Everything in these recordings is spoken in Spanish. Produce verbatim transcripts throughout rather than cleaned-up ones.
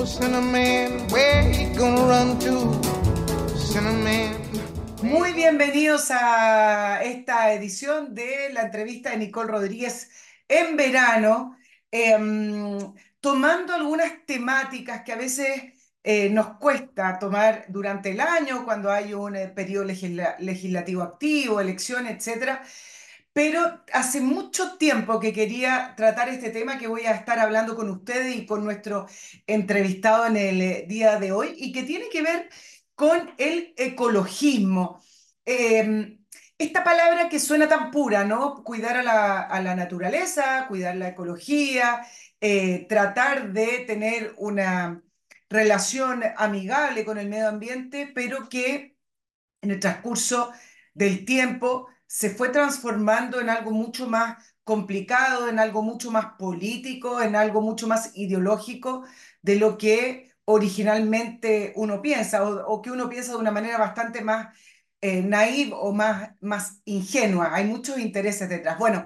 Cinnamon, where you gonna run to? Cinnamon. Muy bienvenidos a esta edición de la entrevista de Nicole Rodríguez en verano, em, tomando algunas temáticas que a veces eh, nos cuesta tomar durante el año, cuando hay un eh, periodo legisla- legislativo activo, elecciones, etcétera. Pero hace mucho tiempo que quería tratar este tema que voy a estar hablando con ustedes y con nuestro entrevistado en el eh, día de hoy, y que tiene que ver con el ecologismo. Eh, esta palabra que suena tan pura, ¿no? Cuidar a la, a la naturaleza, cuidar la ecología, eh, tratar de tener una relación amigable con el medio ambiente, pero que en el transcurso del tiempo se fue transformando en algo mucho más complicado, en algo mucho más político, en algo mucho más ideológico de lo que originalmente uno piensa, o, o que uno piensa de una manera bastante más eh, naive o más, más ingenua. Hay muchos intereses detrás. Bueno,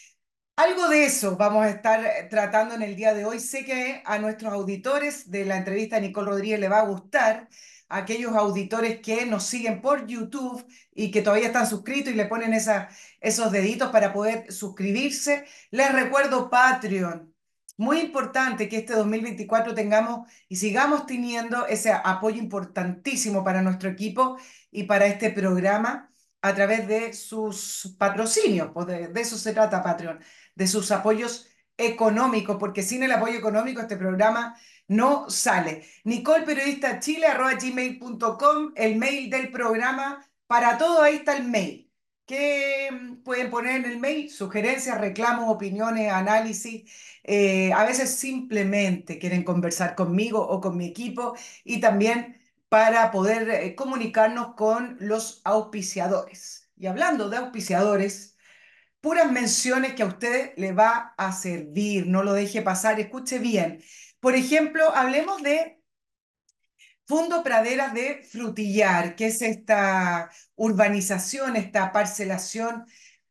algo de eso vamos a estar eh, tratando en el día de hoy. Sé que a nuestros auditores de la entrevista de Nicole Rodríguez le va a gustar, a aquellos auditores que nos siguen por YouTube y que todavía están suscritos y le ponen esa, esos deditos para poder suscribirse. Les recuerdo Patreon. Muy importante que este dos mil veinticuatro tengamos y sigamos teniendo ese apoyo importantísimo para nuestro equipo y para este programa a través de sus patrocinios. Pues de, de eso se trata Patreon, de sus apoyos económicos, porque sin el apoyo económico este programa no sale. Nicole Periodista Chile, arroba gmail punto com, el mail del programa. Para todo ahí está el mail. ¿Qué pueden poner en el mail? Sugerencias, reclamos, opiniones, análisis. Eh, a veces simplemente quieren conversar conmigo o con mi equipo, y también para poder eh, comunicarnos con los auspiciadores. Y hablando de auspiciadores, puras menciones que a usted le va a servir, no lo deje pasar, escuche bien. Por ejemplo, hablemos de Fundo Praderas de Frutillar, que es esta urbanización, esta parcelación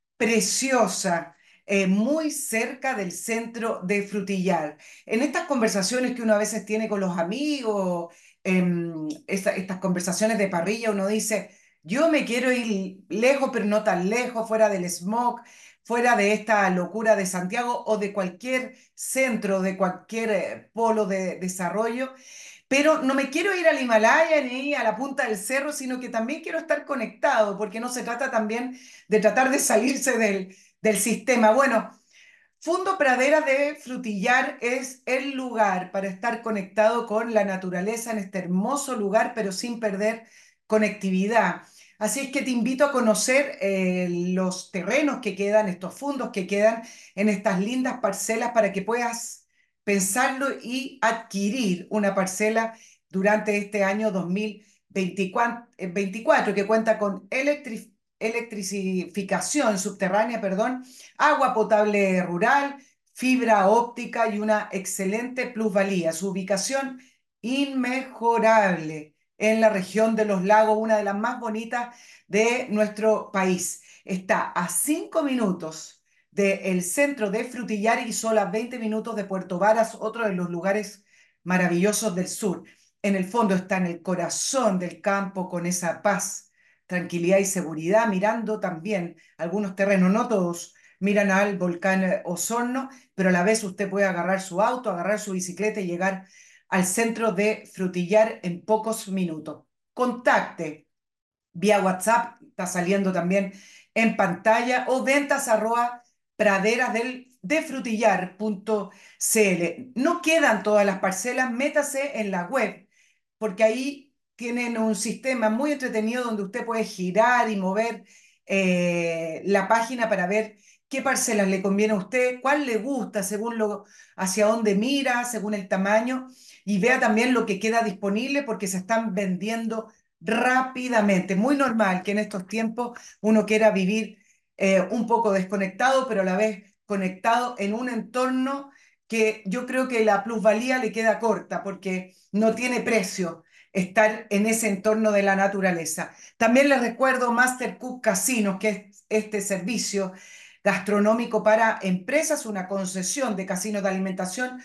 preciosa, eh, muy cerca del centro de Frutillar. En estas conversaciones que uno a veces tiene con los amigos, em, esta- estas conversaciones de parrilla, uno dice, yo me quiero ir lejos, pero no tan lejos, fuera del smog, fuera de esta locura de Santiago o de cualquier centro, de cualquier eh, polo de desarrollo. Pero no me quiero ir al Himalaya ni a la punta del cerro, sino que también quiero estar conectado, porque no se trata también de tratar de salirse del, del sistema. Bueno, Fundo Pradera de Frutillar es el lugar para estar conectado con la naturaleza en este hermoso lugar, pero sin perder conectividad. Así es que te invito a conocer eh, los terrenos que quedan, estos fundos que quedan en estas lindas parcelas, para que puedas pensarlo y adquirir una parcela durante este año dos mil veinticuatro, que cuenta con electricidad electrificación subterránea, perdón, agua potable rural, fibra óptica y una excelente plusvalía. Su ubicación inmejorable en la región de los lagos, una de las más bonitas de nuestro país. Está a cinco minutos del centro de Frutillar y solo a veinte minutos de Puerto Varas, otro de los lugares maravillosos del sur. En el fondo está en el corazón del campo, con esa paz, tranquilidad y seguridad, mirando también algunos terrenos, no todos miran al volcán eh, Osorno, pero a la vez usted puede agarrar su auto, agarrar su bicicleta y llegar al centro de Frutillar en pocos minutos. Contacte vía WhatsApp, está saliendo también en pantalla, o ventas arroba praderas del, de frutillar.cl. No quedan todas las parcelas, métase en la web, porque ahí tienen un sistema muy entretenido donde usted puede girar y mover eh, la página para ver qué parcelas le conviene a usted, cuál le gusta según lo, hacia dónde mira, según el tamaño, y vea también lo que queda disponible, porque se están vendiendo rápidamente. Muy normal que en estos tiempos uno quiera vivir eh, un poco desconectado, pero a la vez conectado en un entorno que yo creo que la plusvalía le queda corta, porque no tiene precio estar en ese entorno de la naturaleza. También les recuerdo Master Cook Casinos, que es este servicio gastronómico para empresas, una concesión de casinos de alimentación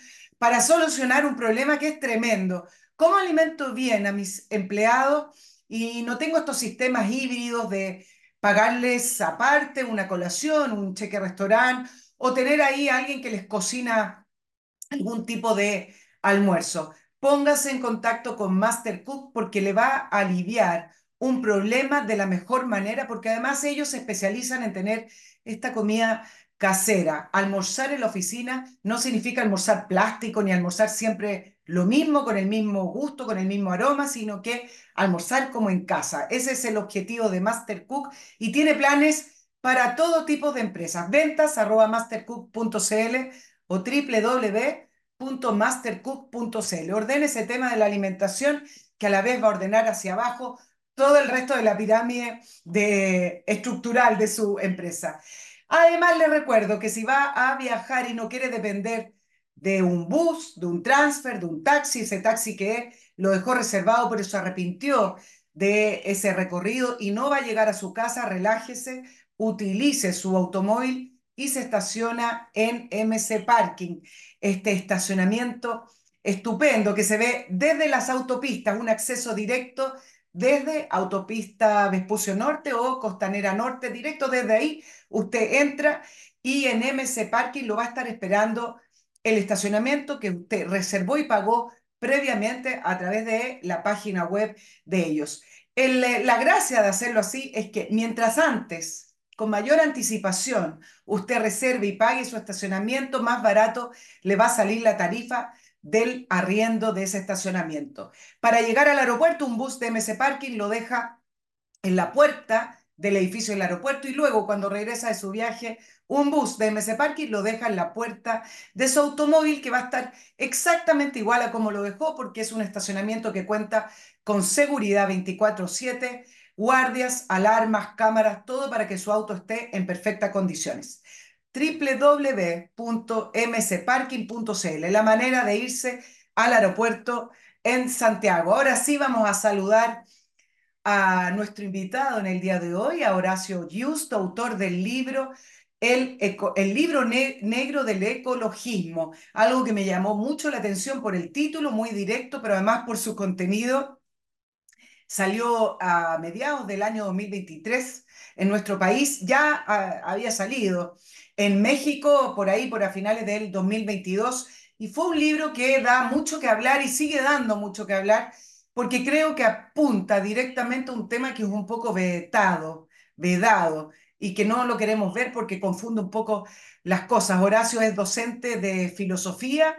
para solucionar un problema que es tremendo. ¿Cómo alimento bien a mis empleados y no tengo estos sistemas híbridos de pagarles aparte una colación, un cheque restaurante o tener ahí a alguien que les cocina algún tipo de almuerzo? Póngase en contacto con Mastercook porque le va a aliviar un problema de la mejor manera, porque además ellos se especializan en tener esta comida casera. Almorzar en la oficina no significa almorzar plástico ni almorzar siempre lo mismo, con el mismo gusto, con el mismo aroma, sino que almorzar como en casa. Ese es el objetivo de Mastercook y tiene planes para todo tipo de empresas. Ventas arroba mastercook punto cl o w w w punto mastercook punto cl. Ordene ese tema de la alimentación que a la vez va a ordenar hacia abajo todo el resto de la pirámide de, estructural de su empresa. Además, le recuerdo que si va a viajar y no quiere depender de un bus, de un transfer, de un taxi, ese taxi que lo dejó reservado, pero se arrepintió de ese recorrido y no va a llegar a su casa, relájese, utilice su automóvil y se estaciona en M C Parking, este estacionamiento estupendo que se ve desde las autopistas, un acceso directo desde autopista Vespucio Norte o Costanera Norte, directo desde ahí usted entra y en M C Parking lo va a estar esperando el estacionamiento que usted reservó y pagó previamente a través de la página web de ellos. El, la gracia de hacerlo así es que mientras antes, con mayor anticipación, usted reserve y pague su estacionamiento, más barato le va a salir la tarifa del arriendo de ese estacionamiento. Para llegar al aeropuerto, un bus de M C Parking lo deja en la puerta del edificio del aeropuerto y luego cuando regresa de su viaje, un bus de M C Parking lo deja en la puerta de su automóvil que va a estar exactamente igual a como lo dejó porque es un estacionamiento que cuenta con seguridad veinticuatro siete, guardias, alarmas, cámaras, todo para que su auto esté en perfectas condiciones. w w w punto m c parking punto c l, la manera de irse al aeropuerto en Santiago. Ahora sí vamos a saludar a nuestro invitado en el día de hoy, a Horacio Giusto, autor del libro El, eco, el libro ne negro del ecologismo, algo que me llamó mucho la atención por el título, muy directo, pero además por su contenido. Salió a mediados del año dos mil veintitrés en nuestro país, ya a, había salido en México por ahí, por a finales del dos mil veintidós, y fue un libro que da mucho que hablar y sigue dando mucho que hablar, porque creo que apunta directamente a un tema que es un poco vetado, vedado, y que no lo queremos ver porque confunde un poco las cosas. Horacio es docente de filosofía.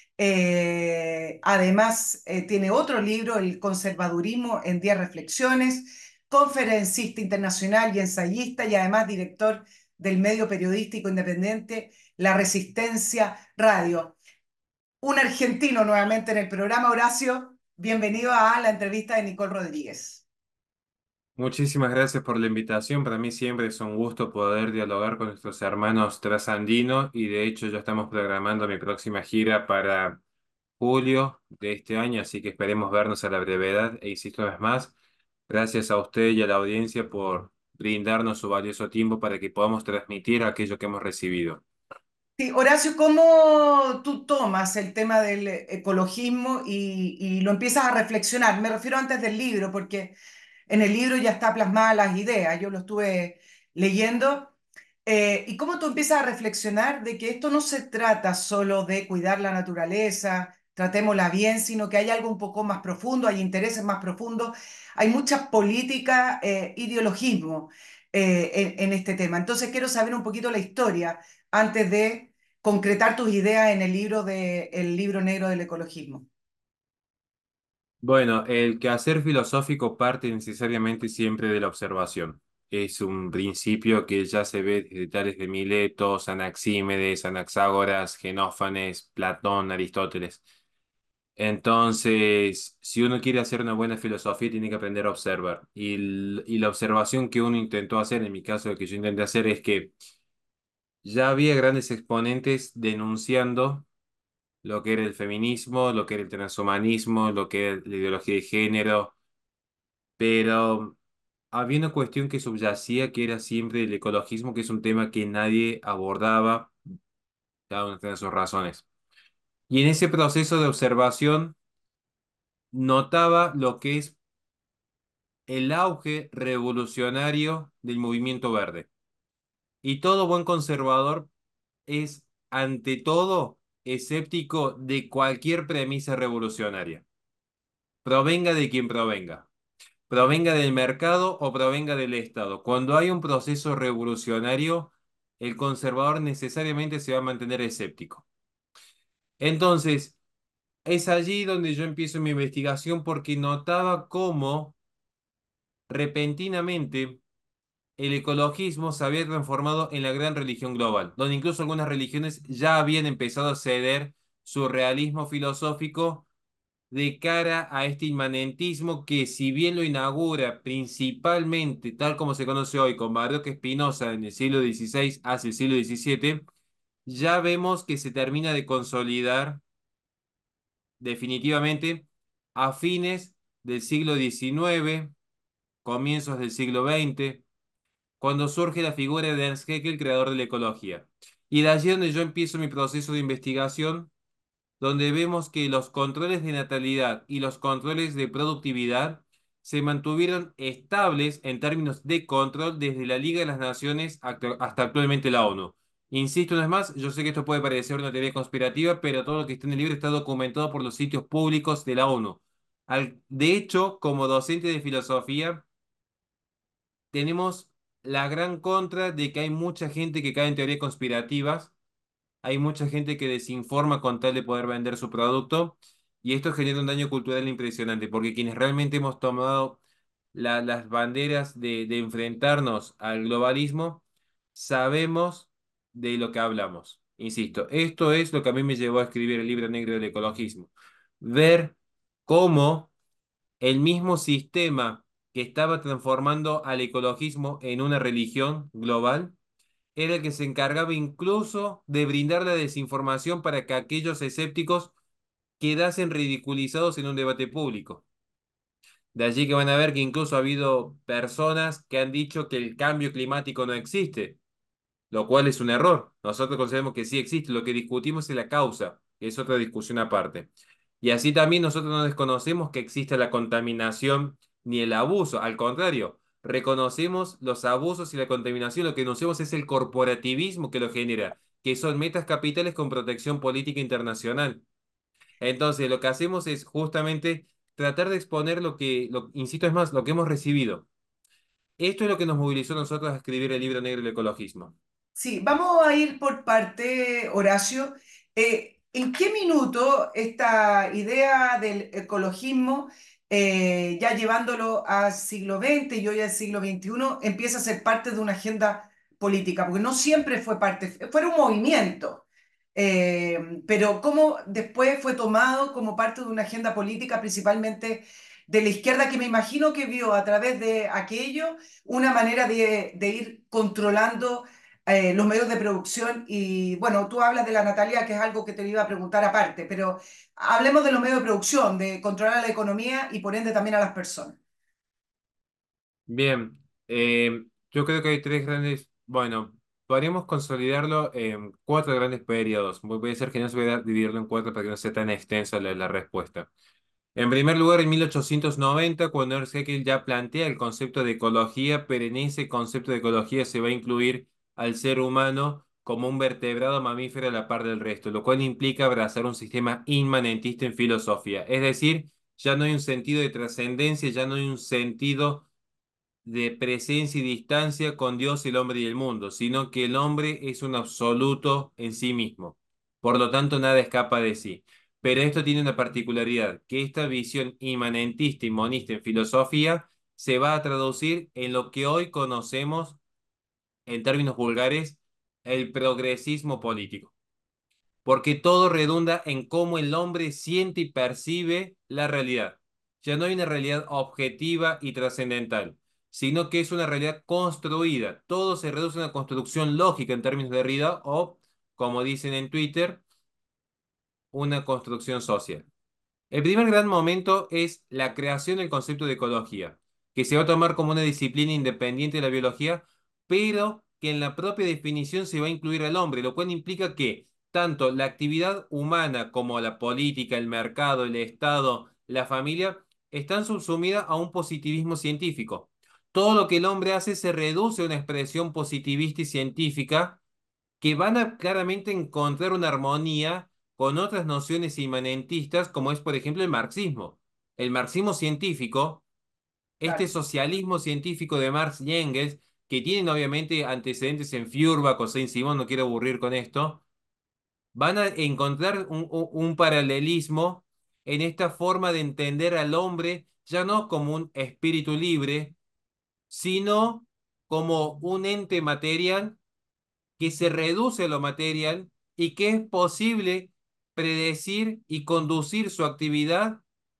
Eh, además, eh, tiene otro libro, El conservadurismo en diez reflexiones, conferencista internacional y ensayista, y además director del medio periodístico independiente La Resistencia Radio. Un argentino nuevamente en el programa. Horacio, bienvenido a la entrevista de Nicole Rodríguez. Muchísimas gracias por la invitación. Para mí siempre es un gusto poder dialogar con nuestros hermanos trasandinos y de hecho ya estamos programando mi próxima gira para julio de este año, así que esperemos vernos a la brevedad. E insisto una vez más, gracias a usted y a la audiencia por brindarnos su valioso tiempo para que podamos transmitir aquello que hemos recibido. Sí, Horacio, ¿cómo tú tomas el tema del ecologismo y, y lo empiezas a reflexionar? Me refiero antes del libro, porque en el libro ya está plasmadas las ideas, yo lo estuve leyendo. Eh, y cómo tú empiezas a reflexionar de que esto no se trata solo de cuidar la naturaleza, tratémosla bien, sino que hay algo un poco más profundo, hay intereses más profundos, hay mucha política, eh, ideologismo eh, en, en este tema. Entonces quiero saber un poquito la historia antes de concretar tus ideas en el libro de, el libro negro del ecologismo. Bueno, el quehacer filosófico parte necesariamente siempre de la observación. Es un principio que ya se ve desde tales de Mileto, Anaxímedes, Anaxágoras, Genófanes, Platón, Aristóteles. Entonces, si uno quiere hacer una buena filosofía, tiene que aprender a observar. Y, l- y la observación que uno intentó hacer, en mi caso, lo que yo intenté hacer es que ya había grandes exponentes denunciando lo que era el feminismo, lo que era el transhumanismo, lo que era la ideología de género, pero había una cuestión que subyacía que era siempre el ecologismo, que es un tema que nadie abordaba, cada uno tiene sus razones. Y en ese proceso de observación notaba lo que es el auge revolucionario del movimiento verde. Y todo buen conservador es, ante todo, escéptico de cualquier premisa revolucionaria, provenga de quien provenga, provenga del mercado o provenga del Estado. Cuando hay un proceso revolucionario, el conservador necesariamente se va a mantener escéptico. Entonces, es allí donde yo empiezo mi investigación porque notaba cómo repentinamente el ecologismo se había transformado en la gran religión global, donde incluso algunas religiones ya habían empezado a ceder su realismo filosófico de cara a este inmanentismo que, si bien lo inaugura principalmente, tal como se conoce hoy, con Baruch Spinoza en el siglo dieciséis hacia el siglo diecisiete, ya vemos que se termina de consolidar definitivamente a fines del siglo diecinueve, comienzos del siglo veinte, cuando surge la figura de Ernst Haeckel, creador de la ecología. Y de allí donde yo empiezo mi proceso de investigación, donde vemos que los controles de natalidad y los controles de productividad se mantuvieron estables en términos de control desde la Liga de las Naciones hasta hasta actualmente la ONU. Insisto una vez más, yo sé que esto puede parecer una teoría conspirativa, pero todo lo que está en el libro está documentado por los sitios públicos de la ONU. Al- de hecho, como docente de filosofía, tenemos la gran contra de que hay mucha gente que cae en teorías conspirativas, hay mucha gente que desinforma con tal de poder vender su producto, y esto genera un daño cultural impresionante, porque quienes realmente hemos tomado la- las banderas de, de enfrentarnos al globalismo, sabemos de lo que hablamos. Insisto, esto es lo que a mí me llevó a escribir el libro negro del ecologismo. Ver cómo el mismo sistema que estaba transformando al ecologismo en una religión global era el que se encargaba incluso de brindar la desinformación para que aquellos escépticos quedasen ridiculizados en un debate público. De allí que van a ver que incluso ha habido personas que han dicho que el cambio climático no existe, lo cual es un error. Nosotros consideramos que sí existe, lo que discutimos es la causa, que es otra discusión aparte. Y así también nosotros no desconocemos que existe la contaminación ni el abuso, al contrario, reconocemos los abusos y la contaminación, lo que denunciamos es el corporativismo que lo genera, que son metas capitales con protección política internacional. Entonces, lo que hacemos es justamente tratar de exponer lo que, lo, insisto, es más, lo que hemos recibido. Esto es lo que nos movilizó a nosotros a escribir el libro negro del ecologismo. Sí, vamos a ir por parte, Horacio. Eh, ¿en qué minuto esta idea del ecologismo, eh, ya llevándolo al siglo veinte y hoy al siglo veintiuno, empieza a ser parte de una agenda política? Porque no siempre fue parte, fue un movimiento, eh, pero cómo después fue tomado como parte de una agenda política, principalmente de la izquierda, que me imagino que vio a través de aquello una manera de, de ir controlando eh, los medios de producción. Y bueno, tú hablas de la natalidad, que es algo que te iba a preguntar aparte, pero hablemos de los medios de producción, de controlar la economía y por ende también a las personas. Bien, eh, yo creo que hay tres grandes, bueno, podríamos consolidarlo en cuatro grandes periodos. Voy voy a ser generoso, voy a dividirlo en cuatro para que no sea tan extensa la, la respuesta. En primer lugar, en mil ochocientos noventa, cuando Ernst Haeckel ya plantea el concepto de ecología, pero en ese concepto de ecología se va a incluir al ser humano como un vertebrado mamífero a la par del resto, lo cual implica abrazar un sistema inmanentista en filosofía. Es decir, ya no hay un sentido de trascendencia, ya no hay un sentido de presencia y distancia con Dios, el hombre y el mundo, sino que el hombre es un absoluto en sí mismo. Por lo tanto, nada escapa de sí. Pero esto tiene una particularidad, que esta visión inmanentista y monista en filosofía se va a traducir en lo que hoy conocemos, en términos vulgares, el progresismo político, porque todo redunda en cómo el hombre siente y percibe la realidad. Ya no hay una realidad objetiva y trascendental, sino que es una realidad construida. Todo se reduce a una construcción lógica en términos de Derrida o, como dicen en Twitter, una construcción social. El primer gran momento es la creación del concepto de ecología, que se va a tomar como una disciplina independiente de la biología, pero que en la propia definición se va a incluir al hombre, lo cual implica que tanto la actividad humana como la política, el mercado, el Estado, la familia, están subsumidas a un positivismo científico. Todo lo que el hombre hace se reduce a una expresión positivista y científica que van a claramente encontrar una armonía con otras nociones inmanentistas, como es, por ejemplo, el marxismo. El marxismo científico, este Claro. socialismo científico de Marx y Engels, que tienen obviamente antecedentes en Feuerbach o Saint-Simon, no quiero aburrir con esto, van a encontrar un, un- un paralelismo en esta forma de entender al hombre ya no como un espíritu libre, sino como un ente material que se reduce a lo material y que es posible predecir y conducir su actividad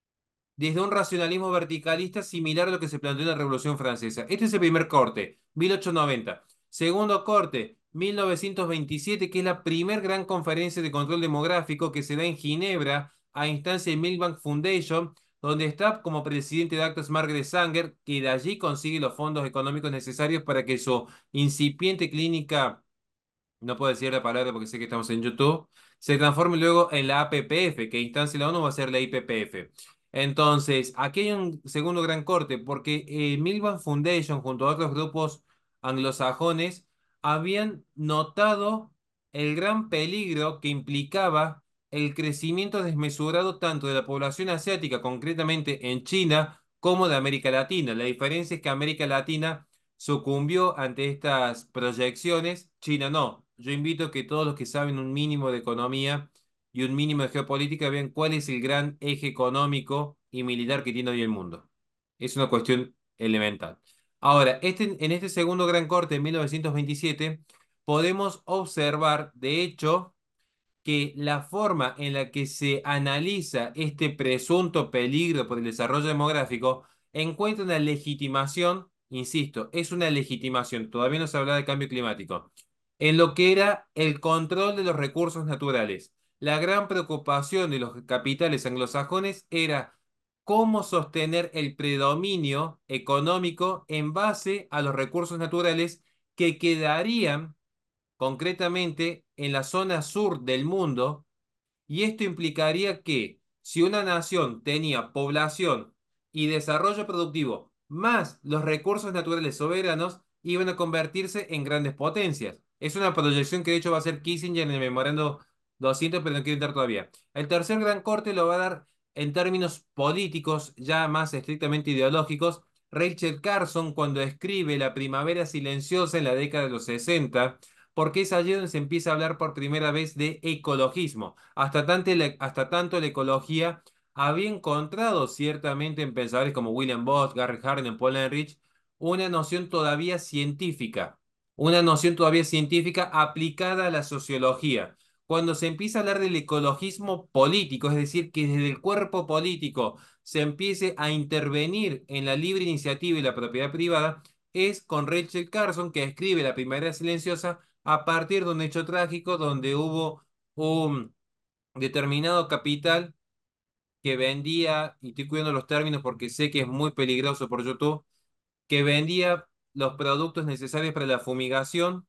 desde un racionalismo verticalista similar a lo que se planteó en la Revolución Francesa. Este es el primer corte, mil ochocientos noventa. Segundo corte, mil novecientos veintisiete, que es la primer gran conferencia de control demográfico que se da en Ginebra a instancia de Milbank Foundation, donde está como presidente de actos Margaret Sanger, que de allí consigue los fondos económicos necesarios para que su incipiente clínica, no puedo decir la palabra porque sé que estamos en YouTube, se transforme luego en la A P P F, que a instancia de la ONU va a ser la I P P F. Entonces, aquí hay un segundo gran corte, porque eh, Milban Foundation, junto a otros grupos anglosajones, habían notado el gran peligro que implicaba el crecimiento desmesurado tanto de la población asiática, concretamente en China, como de América Latina. La diferencia es que América Latina sucumbió ante estas proyecciones, China no. Yo invito a que todos los que saben un mínimo de economía y un mínimo de geopolítica vean cuál es el gran eje económico y militar que tiene hoy el mundo. Es una cuestión elemental. Ahora, este, en este segundo gran corte de mil novecientos veintisiete, podemos observar, de hecho, que la forma en la que se analiza este presunto peligro por el desarrollo demográfico encuentra una legitimación, insisto, es una legitimación, todavía no se habla de cambio climático, en lo que era el control de los recursos naturales. La gran preocupación de los capitales anglosajones era cómo sostener el predominio económico en base a los recursos naturales que quedarían concretamente en la zona sur del mundo, y esto implicaría que si una nación tenía población y desarrollo productivo más los recursos naturales soberanos, iban a convertirse en grandes potencias. Es una proyección que de hecho va a hacer Kissinger en el memorando doscientos, pero no quiero entrar todavía. El tercer gran corte lo va a dar en términos políticos, ya más estrictamente ideológicos, Rachel Carson cuando escribe La Primavera Silenciosa en la década de los sesenta, porque es allí donde se empieza a hablar por primera vez de ecologismo. Hasta tanto, la, hasta tanto la ecología había encontrado ciertamente en pensadores como William Bott, Gary Harden, Paul Ehrlich, una noción todavía científica, una noción todavía científica aplicada a la sociología. Cuando se empieza a hablar del ecologismo político, es decir, que desde el cuerpo político se empiece a intervenir en la libre iniciativa y la propiedad privada, es con Rachel Carson, que escribe La Primavera Silenciosa a partir de un hecho trágico donde hubo un determinado capital que vendía, y estoy cuidando los términos porque sé que es muy peligroso por YouTube, que vendía los productos necesarios para la fumigación.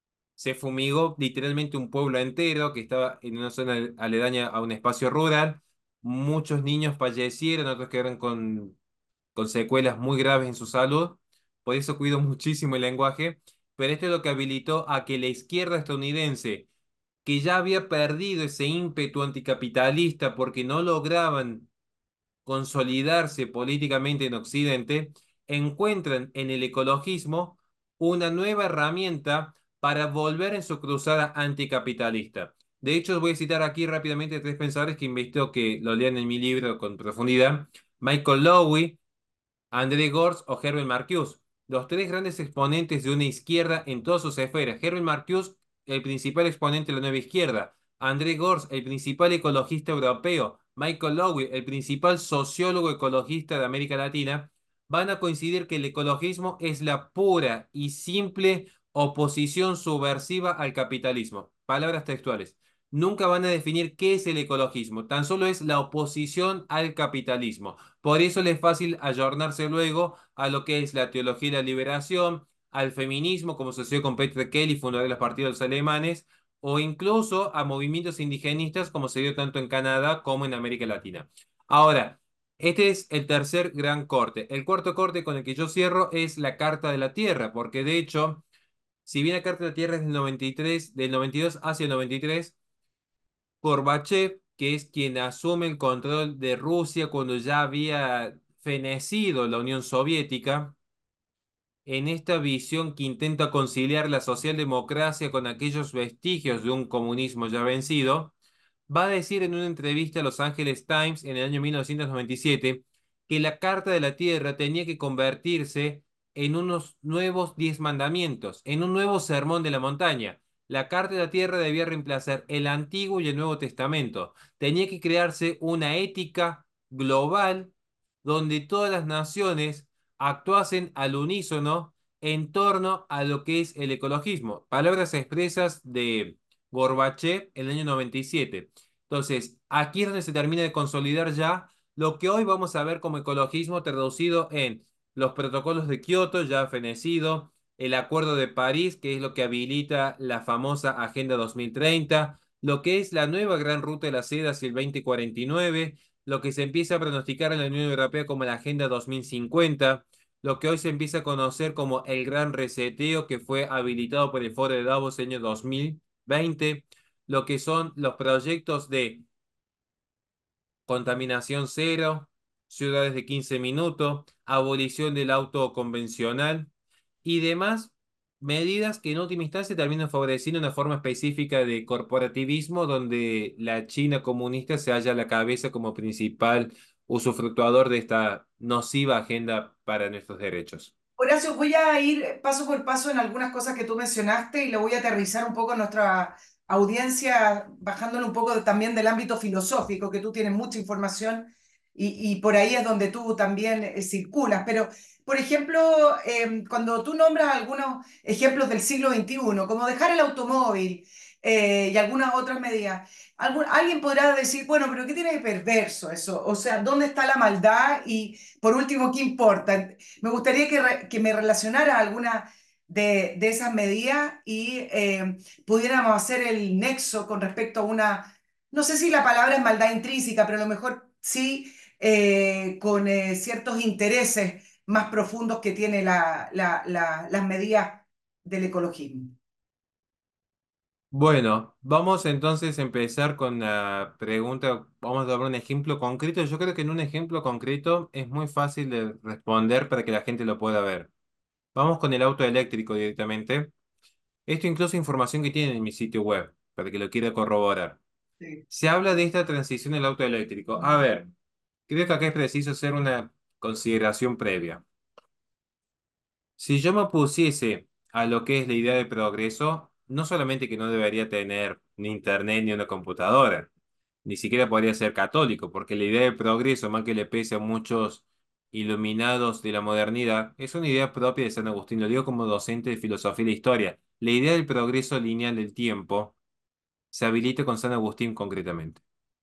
Se fumigó literalmente un pueblo entero que estaba en una zona aledaña a un espacio rural. Muchos niños fallecieron, otros quedaron con, con secuelas muy graves en su salud. Por eso cuido muchísimo el lenguaje. Pero esto es lo que habilitó a que la izquierda estadounidense, que ya había perdido ese ímpetu anticapitalista porque no lograban consolidarse políticamente en Occidente, encuentran en el ecologismo una nueva herramienta para volver en su cruzada anticapitalista. De hecho, voy a citar aquí rápidamente tres pensadores que invito que lo lean en mi libro con profundidad. Michael Lowy, André Gorz o Herbert Marcuse, los tres grandes exponentes de una izquierda en todas sus esferas. Herbert Marcuse, el principal exponente de la nueva izquierda. André Gorz, el principal ecologista europeo. Michael Lowy, el principal sociólogo ecologista de América Latina, van a coincidir que el ecologismo es la pura y simple oposición subversiva al capitalismo. Palabras textuales. Nunca van a definir qué es el ecologismo, tan solo es la oposición al capitalismo. Por eso le es fácil ayornarse luego a lo que es la teología de la liberación, al feminismo, como sucedió con Peter Kelly, fundador de los partidos alemanes, o incluso a movimientos indigenistas como se dio tanto en Canadá como en América Latina. Ahora, este es el tercer gran corte. El cuarto corte con el que yo cierro es la Carta de la Tierra, porque de hecho, si bien la Carta de la Tierra es del noventa y tres, del noventa y dos hacia el noventa y tres, Gorbachev, que es quien asume el control de Rusia cuando ya había fenecido la Unión Soviética, en esta visión que intenta conciliar la socialdemocracia con aquellos vestigios de un comunismo ya vencido, va a decir en una entrevista a Los Angeles Times en el año mil novecientos noventa y siete que la Carta de la Tierra tenía que convertirse en unos nuevos diez mandamientos, en un nuevo sermón de la montaña. La Carta de la Tierra debía reemplazar el Antiguo y el Nuevo Testamento. Tenía que crearse una ética global donde todas las naciones actuasen al unísono en torno a lo que es el ecologismo. Palabras expresas de Gorbachev en el año noventa y siete. Entonces, aquí es donde se termina de consolidar ya lo que hoy vamos a ver como ecologismo traducido en los protocolos de Kioto, ya fenecido, el Acuerdo de París, que es lo que habilita la famosa Agenda dos mil treinta, lo que es la nueva Gran Ruta de la Seda hacia el dos mil cuarenta y nueve, lo que se empieza a pronosticar en la Unión Europea como la Agenda dos mil cincuenta, lo que hoy se empieza a conocer como el Gran Reseteo, que fue habilitado por el Foro de Davos en el año dos mil veinte, lo que son los proyectos de contaminación cero, ciudades de quince minutos, abolición del auto convencional y demás medidas que en última instancia terminan favoreciendo una forma específica de corporativismo donde la China comunista se halla a la cabeza como principal usufructuador de esta nociva agenda para nuestros derechos. Horacio, voy a ir paso por paso en algunas cosas que tú mencionaste y lo voy a aterrizar un poco a nuestra audiencia, bajándole un poco también del ámbito filosófico, que tú tienes mucha información y, y por ahí es donde tú también eh, circulas. Pero, por ejemplo, eh, cuando tú nombras algunos ejemplos del siglo veintiuno, como dejar el automóvil eh, y algunas otras medidas, algún- alguien podrá decir, bueno, pero ¿qué tiene de perverso eso? O sea, ¿dónde está la maldad? Y, por último, ¿qué importa? Me gustaría que, re- que me relacionara alguna de, de esas medidas y eh, pudiéramos hacer el nexo con respecto a una, no sé si la palabra es maldad intrínseca, pero a lo mejor sí eh, con eh, ciertos intereses más profundos que tiene la, la- la- las medidas del ecologismo. Bueno, vamos entonces a empezar con la pregunta. Vamos a dar un ejemplo concreto. Yo creo que en un ejemplo concreto es muy fácil de responder para que la gente lo pueda ver. Vamos con el auto eléctrico directamente. Esto incluso información que tienen en mi sitio web, para que lo quiera corroborar. Sí. Se habla de esta transición al auto eléctrico. A ver, creo que acá es preciso hacer una consideración previa. Si yo me opusiese a lo que es la idea de progreso, no solamente que no debería tener ni internet ni una computadora, ni siquiera podría ser católico, porque la idea de progreso, más que le pese a muchos iluminados de la modernidad, es una idea propia de San Agustín. Lo digo como docente de filosofía y de historia. La idea del progreso lineal del tiempo se habilita con San Agustín concretamente.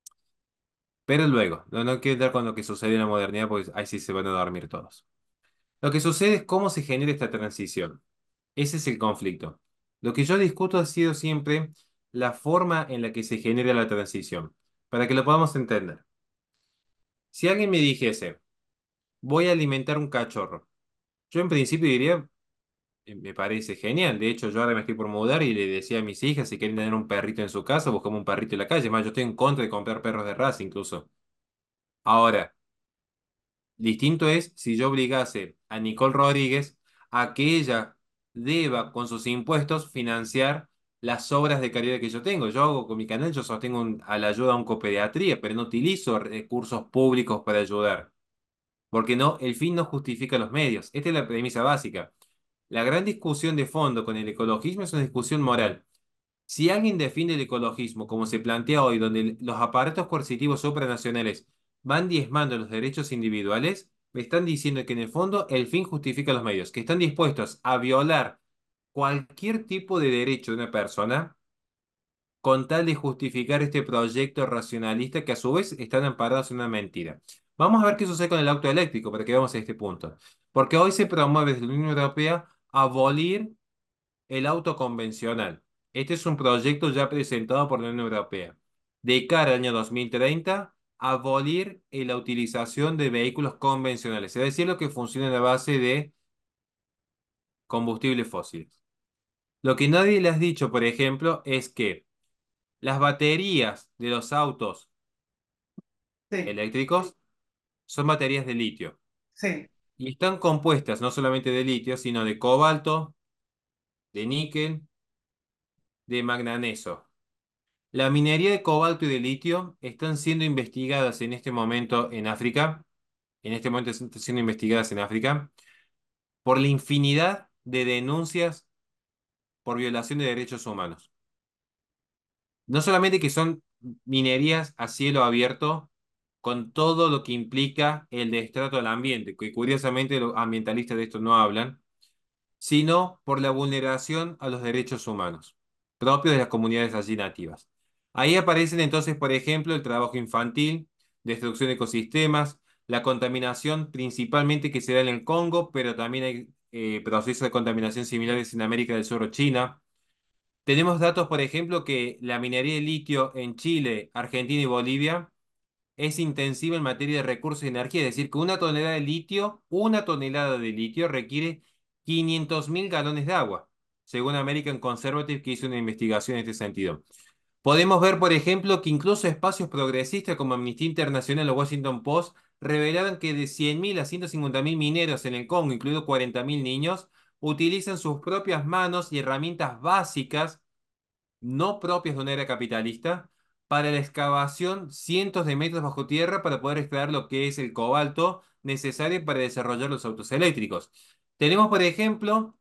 Pero luego, no, no quiero entrar con lo que sucede en la modernidad, porque ahí sí se van a dormir todos. Lo que sucede es cómo se genera esta transición. Ese es el conflicto. Lo que yo discuto ha sido siempre la forma en la que se genera la transición, para que lo podamos entender. Si alguien me dijese, voy a alimentar un cachorro, yo en principio diría, "Eh, me parece genial. De hecho, yo ahora me estoy por mudar y le decía a mis hijas si quieren tener un perrito en su casa, buscamos un perrito en la calle. Es más, yo estoy en contra de comprar perros de raza incluso. Ahora, distinto es si yo obligase a Nicole Rodríguez a que ella deba con sus impuestos financiar las obras de caridad que yo tengo. Yo hago con mi canal, yo sostengo un- a la ayuda a un copediatría, pero no utilizo recursos públicos para ayudar, porque no, el fin no justifica los medios. Esta es la premisa básica. La gran discusión de fondo con el ecologismo es una discusión moral. Si alguien defiende el ecologismo como se plantea hoy, donde los aparatos coercitivos supranacionales van diezmando los derechos individuales, me están diciendo que en el fondo el fin justifica los medios, que están dispuestos a violar cualquier tipo de derecho de una persona con tal de justificar este proyecto racionalista que a su vez están amparados en una mentira. Vamos a ver qué sucede con el auto eléctrico para que veamos este punto. Porque hoy se promueve desde la Unión Europea abolir el auto convencional. Este es un proyecto ya presentado por la Unión Europea de cara al año dos mil treinta, abolir eh, la utilización de vehículos convencionales, es decir, lo que funciona a base de combustibles fósiles. Lo que nadie le has dicho, por ejemplo, es que las baterías de los autos Sí, eléctricos son baterías de litio sí, y están compuestas no solamente de litio, sino de cobalto, de níquel, de manganeso. La minería de cobalto y de litio están siendo investigadas en este momento en África, en este momento están siendo investigadas en África, por la infinidad de denuncias por violación de derechos humanos. No solamente que son minerías a cielo abierto, con todo lo que implica el destrato al ambiente, que curiosamente los ambientalistas de esto no hablan, sino por la vulneración a los derechos humanos propios de las comunidades allí nativas. Ahí aparecen entonces, por ejemplo, el trabajo infantil, destrucción de ecosistemas, la contaminación principalmente que se da en el Congo, pero también hay eh, procesos de contaminación similares en América del Sur o China. Tenemos datos, por ejemplo, que la minería de litio en Chile, Argentina y Bolivia es intensiva en materia de recursos y energía, es decir, que una tonelada de litio, una tonelada de litio requiere quinientos mil galones de agua, según American Conservative, que hizo una investigación en este sentido. Podemos ver, por ejemplo, que incluso espacios progresistas como Amnistía Internacional o Washington Post revelaron que de cien mil a ciento cincuenta mil mineros en el Congo, incluidos cuarenta mil niños, utilizan sus propias manos y herramientas básicas no propias de una era capitalista, para la excavación cientos de metros bajo tierra para poder extraer lo que es el cobalto necesario para desarrollar los autos eléctricos. Tenemos, por ejemplo,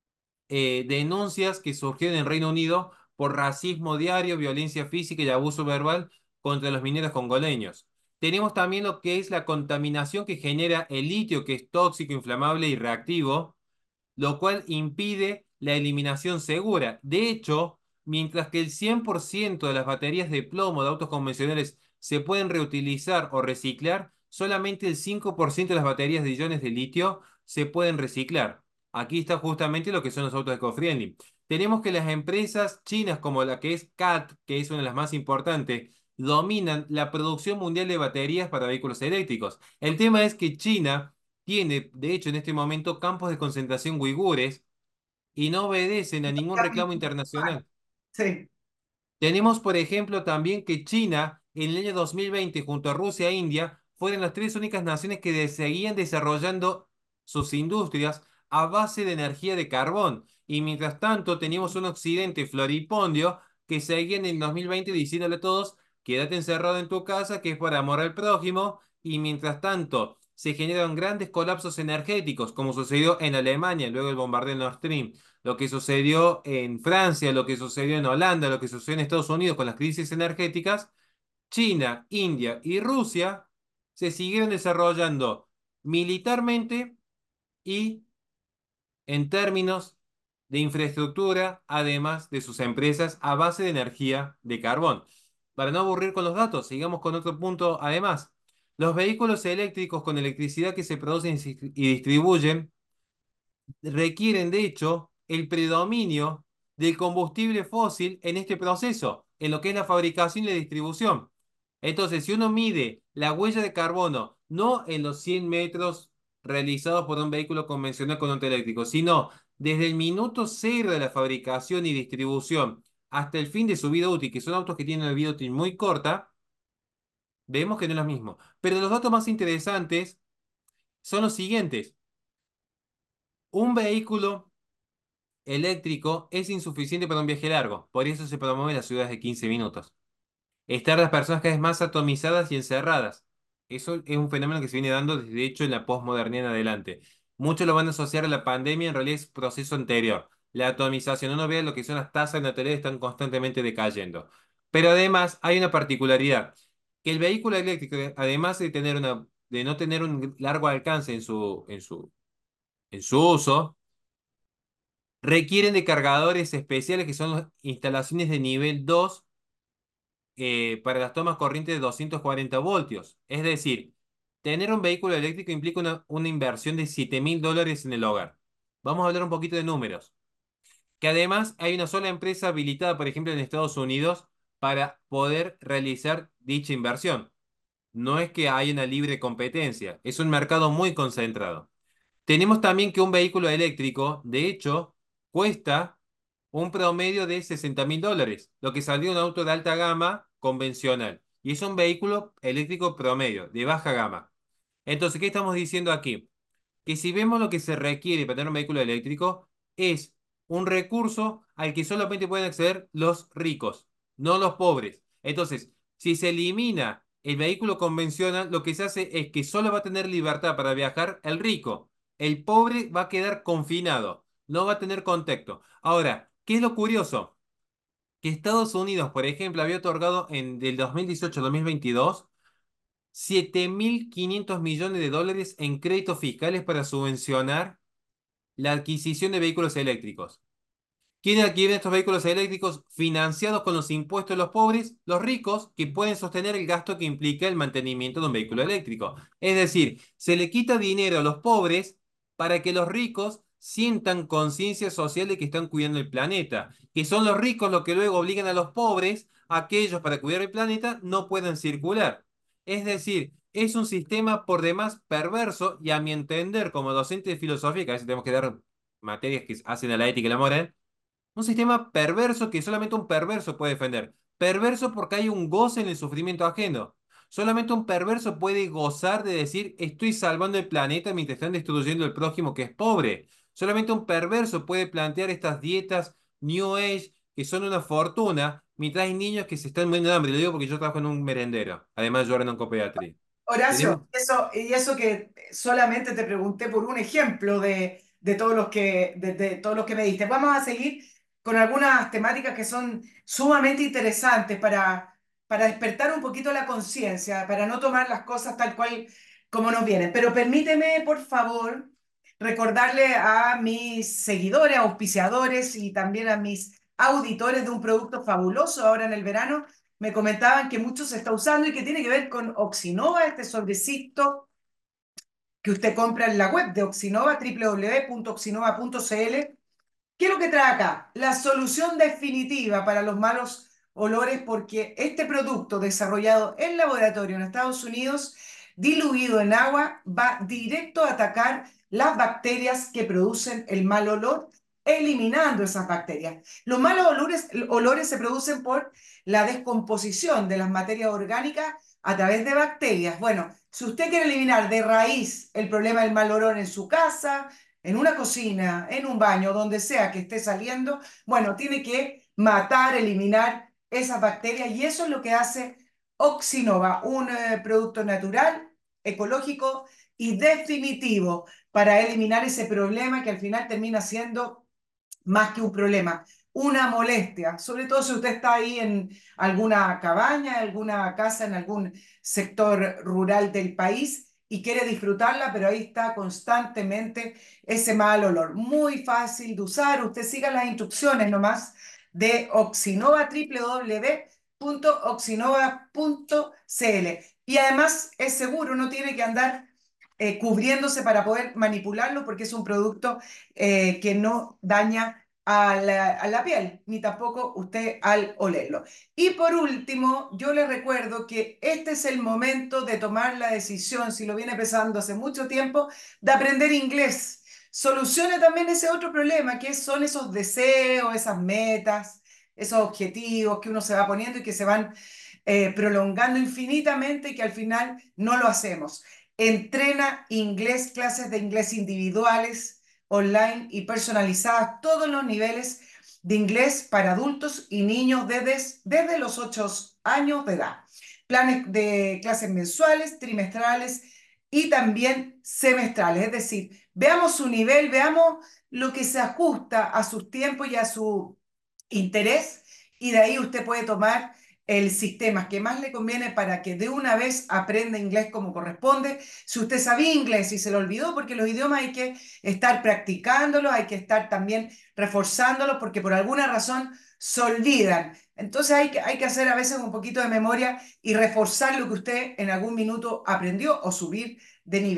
eh, denuncias que surgieron en Reino Unido por racismo diario, violencia física y abuso verbal contra los mineros congoleños. Tenemos también lo que es la contaminación que genera el litio, que es tóxico, inflamable y reactivo, lo cual impide la eliminación segura. De hecho, mientras que el cien por ciento de las baterías de plomo de autos convencionales se pueden reutilizar o reciclar, solamente el cinco por ciento de las baterías de iones de litio se pueden reciclar. Aquí está justamente lo que son los autos eco-friendly. Tenemos que las empresas chinas como la que es C A T, que es una de las más importantes, dominan la producción mundial de baterías para vehículos eléctricos. El tema es que China tiene, de hecho, en este momento campos de concentración uigures y no obedecen a ningún reclamo internacional. sí. Tenemos, por ejemplo, también que China, en el año dos mil veinte, junto a Rusia e India, fueron las tres únicas naciones que de- seguían desarrollando sus industrias a base de energía de carbón. Y mientras tanto, teníamos un occidente floripondio que seguía en el dos mil veinte diciéndole a todos, quédate encerrado en tu casa, que es por amor al prójimo. Y mientras tanto, se generan grandes colapsos energéticos, como sucedió en Alemania luego del bombardeo de Nord Stream, lo que sucedió en Francia, lo que sucedió en Holanda, lo que sucedió en Estados Unidos con las crisis energéticas. China, India y Rusia se siguieron desarrollando militarmente y en términos de infraestructura, además de sus empresas a base de energía de carbón. Para no aburrir con los datos, sigamos con otro punto además. Los vehículos eléctricos con electricidad que se producen y distribuyen requieren, de hecho, el predominio del combustible fósil en este proceso, en lo que es la fabricación y la distribución. Entonces, si uno mide la huella de carbono, no en los cien metros realizados por un vehículo convencional con auto eléctrico, sino desde el minuto cero de la fabricación y distribución hasta el fin de su vida útil, que son autos que tienen una vida útil muy corta, vemos que no es lo mismo. Pero los datos más interesantes son los siguientes. Un vehículo eléctrico es insuficiente para un viaje largo, por eso se promueven las ciudades de quince minutos. Estar las personas cada vez más atomizadas y encerradas. Eso es un fenómeno que se viene dando desde hecho en la posmodernidad en adelante. Muchos lo van a asociar a la pandemia, en realidad es proceso anterior. La atomización, uno ve lo que son las tasas de natalidad están constantemente decayendo. Pero además hay una particularidad, que el vehículo eléctrico, además de tener una, de no tener un largo alcance en su, en su, en su uso, requieren de cargadores especiales que son las instalaciones de nivel dos eh, para las tomas corrientes de doscientos cuarenta voltios. Es decir, tener un vehículo eléctrico implica una, una inversión de siete mil dólares en el hogar. Vamos a hablar un poquito de números. que además hay una sola empresa habilitada, por ejemplo, en Estados Unidos para poder realizar dicha inversión. No es que haya una libre competencia, es un mercado muy concentrado. Tenemos también que un vehículo eléctrico, de hecho, cuesta un promedio de sesenta mil dólares, lo que saldría un auto de alta gama convencional. Y es un vehículo eléctrico promedio, de baja gama. Entonces, ¿qué estamos diciendo aquí? Que si vemos lo que se requiere para tener un vehículo eléctrico, es un recurso al que solamente pueden acceder los ricos, no los pobres. Entonces, si se elimina el vehículo convencional, lo que se hace es que solo va a tener libertad para viajar el rico. El pobre va a quedar confinado, no va a tener contacto. Ahora, ¿qué es lo curioso? Que Estados Unidos, por ejemplo, había otorgado en del dos mil dieciocho al dos mil veintidós siete mil quinientos millones de dólares en créditos fiscales para subvencionar la adquisición de vehículos eléctricos. ¿Quiénes adquieren estos vehículos eléctricos financiados con los impuestos de los pobres? Los ricos, que pueden sostener el gasto que implica el mantenimiento de un vehículo eléctrico. Es decir, se le quita dinero a los pobres para que los ricos sientan conciencia social de que están cuidando el planeta, que son los ricos los que luego obligan a los pobres a que ellos, para cuidar el planeta, no puedan circular. Es decir, es un sistema por demás perverso y, a mi entender, como docente de filosofía, que a veces tenemos que dar materias que hacen a la ética y la moral, un sistema perverso que solamente un perverso puede defender. Perverso porque hay un goce en el sufrimiento ajeno. Solamente un perverso puede gozar de decir estoy salvando el planeta mientras están destruyendo el prójimo que es pobre. Solamente un perverso puede plantear estas dietas New Age que son una fortuna mientras hay niños que se están muriendo de hambre. Lo digo porque yo trabajo en un merendero. Además, yo ahora en Oncopediatría. Tenemos. Horacio, eso, y eso que solamente te pregunté por un ejemplo de, de todos los que, de, de todos los que me diste. Vamos a seguir con algunas temáticas que son sumamente interesantes para, para despertar un poquito la conciencia, para no tomar las cosas tal cual como nos vienen. Pero permíteme, por favor, recordarle a mis seguidores, auspiciadores y también a mis auditores de un producto fabuloso ahora en el verano. Me comentaban que mucho se está usando y que tiene que ver con Oxinova, este sobrecito que usted compra en la web de Oxinova, w w w punto oxinova punto c l. ¿Qué es lo que trae acá? La solución definitiva para los malos olores, porque este producto desarrollado en laboratorio en Estados Unidos, diluido en agua, va directo a atacar las bacterias que producen el mal olor, eliminando esas bacterias. Los malos olores, olores se producen por la descomposición de las materias orgánicas a través de bacterias. Bueno, si usted quiere eliminar de raíz el problema del mal olor en su casa, en una cocina, en un baño, donde sea que esté saliendo, bueno, tiene que matar, eliminar esas bacterias y eso es lo que hace Oxinova, un eh, producto natural, ecológico y definitivo para eliminar ese problema que al final termina siendo más que un problema, una molestia, sobre todo si usted está ahí en alguna cabaña, alguna casa, en algún sector rural del país y quiere disfrutarla, pero ahí está constantemente ese mal olor. Muy fácil de usar, usted siga las instrucciones nomás de Oxinova, w w w punto oxinova punto c l. Y además es seguro, no tiene que andar eh, cubriéndose para poder manipularlo porque es un producto eh, que no daña a la, a la piel, ni tampoco usted al olerlo. Y por último, yo le recuerdo que este es el momento de tomar la decisión, si lo viene pensando hace mucho tiempo, de aprender inglés. Soluciona también ese otro problema, que son esos deseos, esas metas, esos objetivos que uno se va poniendo y que se van eh, prolongando infinitamente y que al final no lo hacemos. Entrena inglés, clases de inglés individuales, online y personalizadas, todos los niveles de inglés para adultos y niños desde, desde los ocho años de edad. Planes de clases mensuales, trimestrales y también semestrales. Es decir, veamos su nivel, veamos lo que se ajusta a sus tiempos y a su interés y de ahí usted puede tomar el sistema que más le conviene para que de una vez aprenda inglés como corresponde. Si usted sabía inglés y se lo olvidó, porque los idiomas hay que estar practicándolos, hay que estar también reforzándolos, porque por alguna razón se olvidan. Entonces hay que, hay que hacer a veces un poquito de memoria y reforzar lo que usted en algún minuto aprendió o subir de nivel.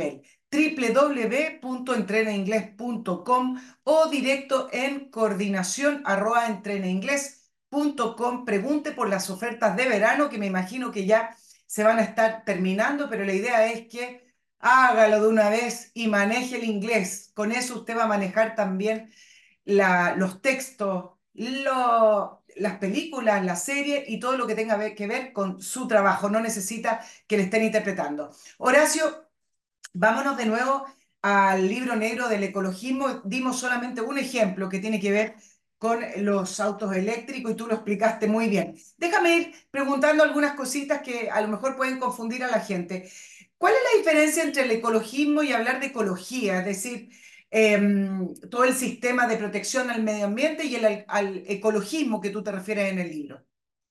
w w w punto entrenainglés punto com o directo en coordinación arroba entrenainglés punto com. Pregunte por las ofertas de verano, que me imagino que ya se van a estar terminando, pero la idea es que hágalo de una vez y maneje el inglés. Con eso usted va a manejar también la, los textos, lo, las películas, la serie y todo lo que tenga que ver con su trabajo. No necesita que le estén interpretando. Horacio, vámonos de nuevo al libro negro del ecologismo. Dimos solamente un ejemplo que tiene que ver con los autos eléctricos y tú lo explicaste muy bien. Déjame ir preguntando algunas cositas que a lo mejor pueden confundir a la gente. ¿Cuál es la diferencia entre el ecologismo y hablar de ecología? Es decir, em, todo el sistema de protección al medio ambiente y el al, al ecologismo que tú te refieres en el libro.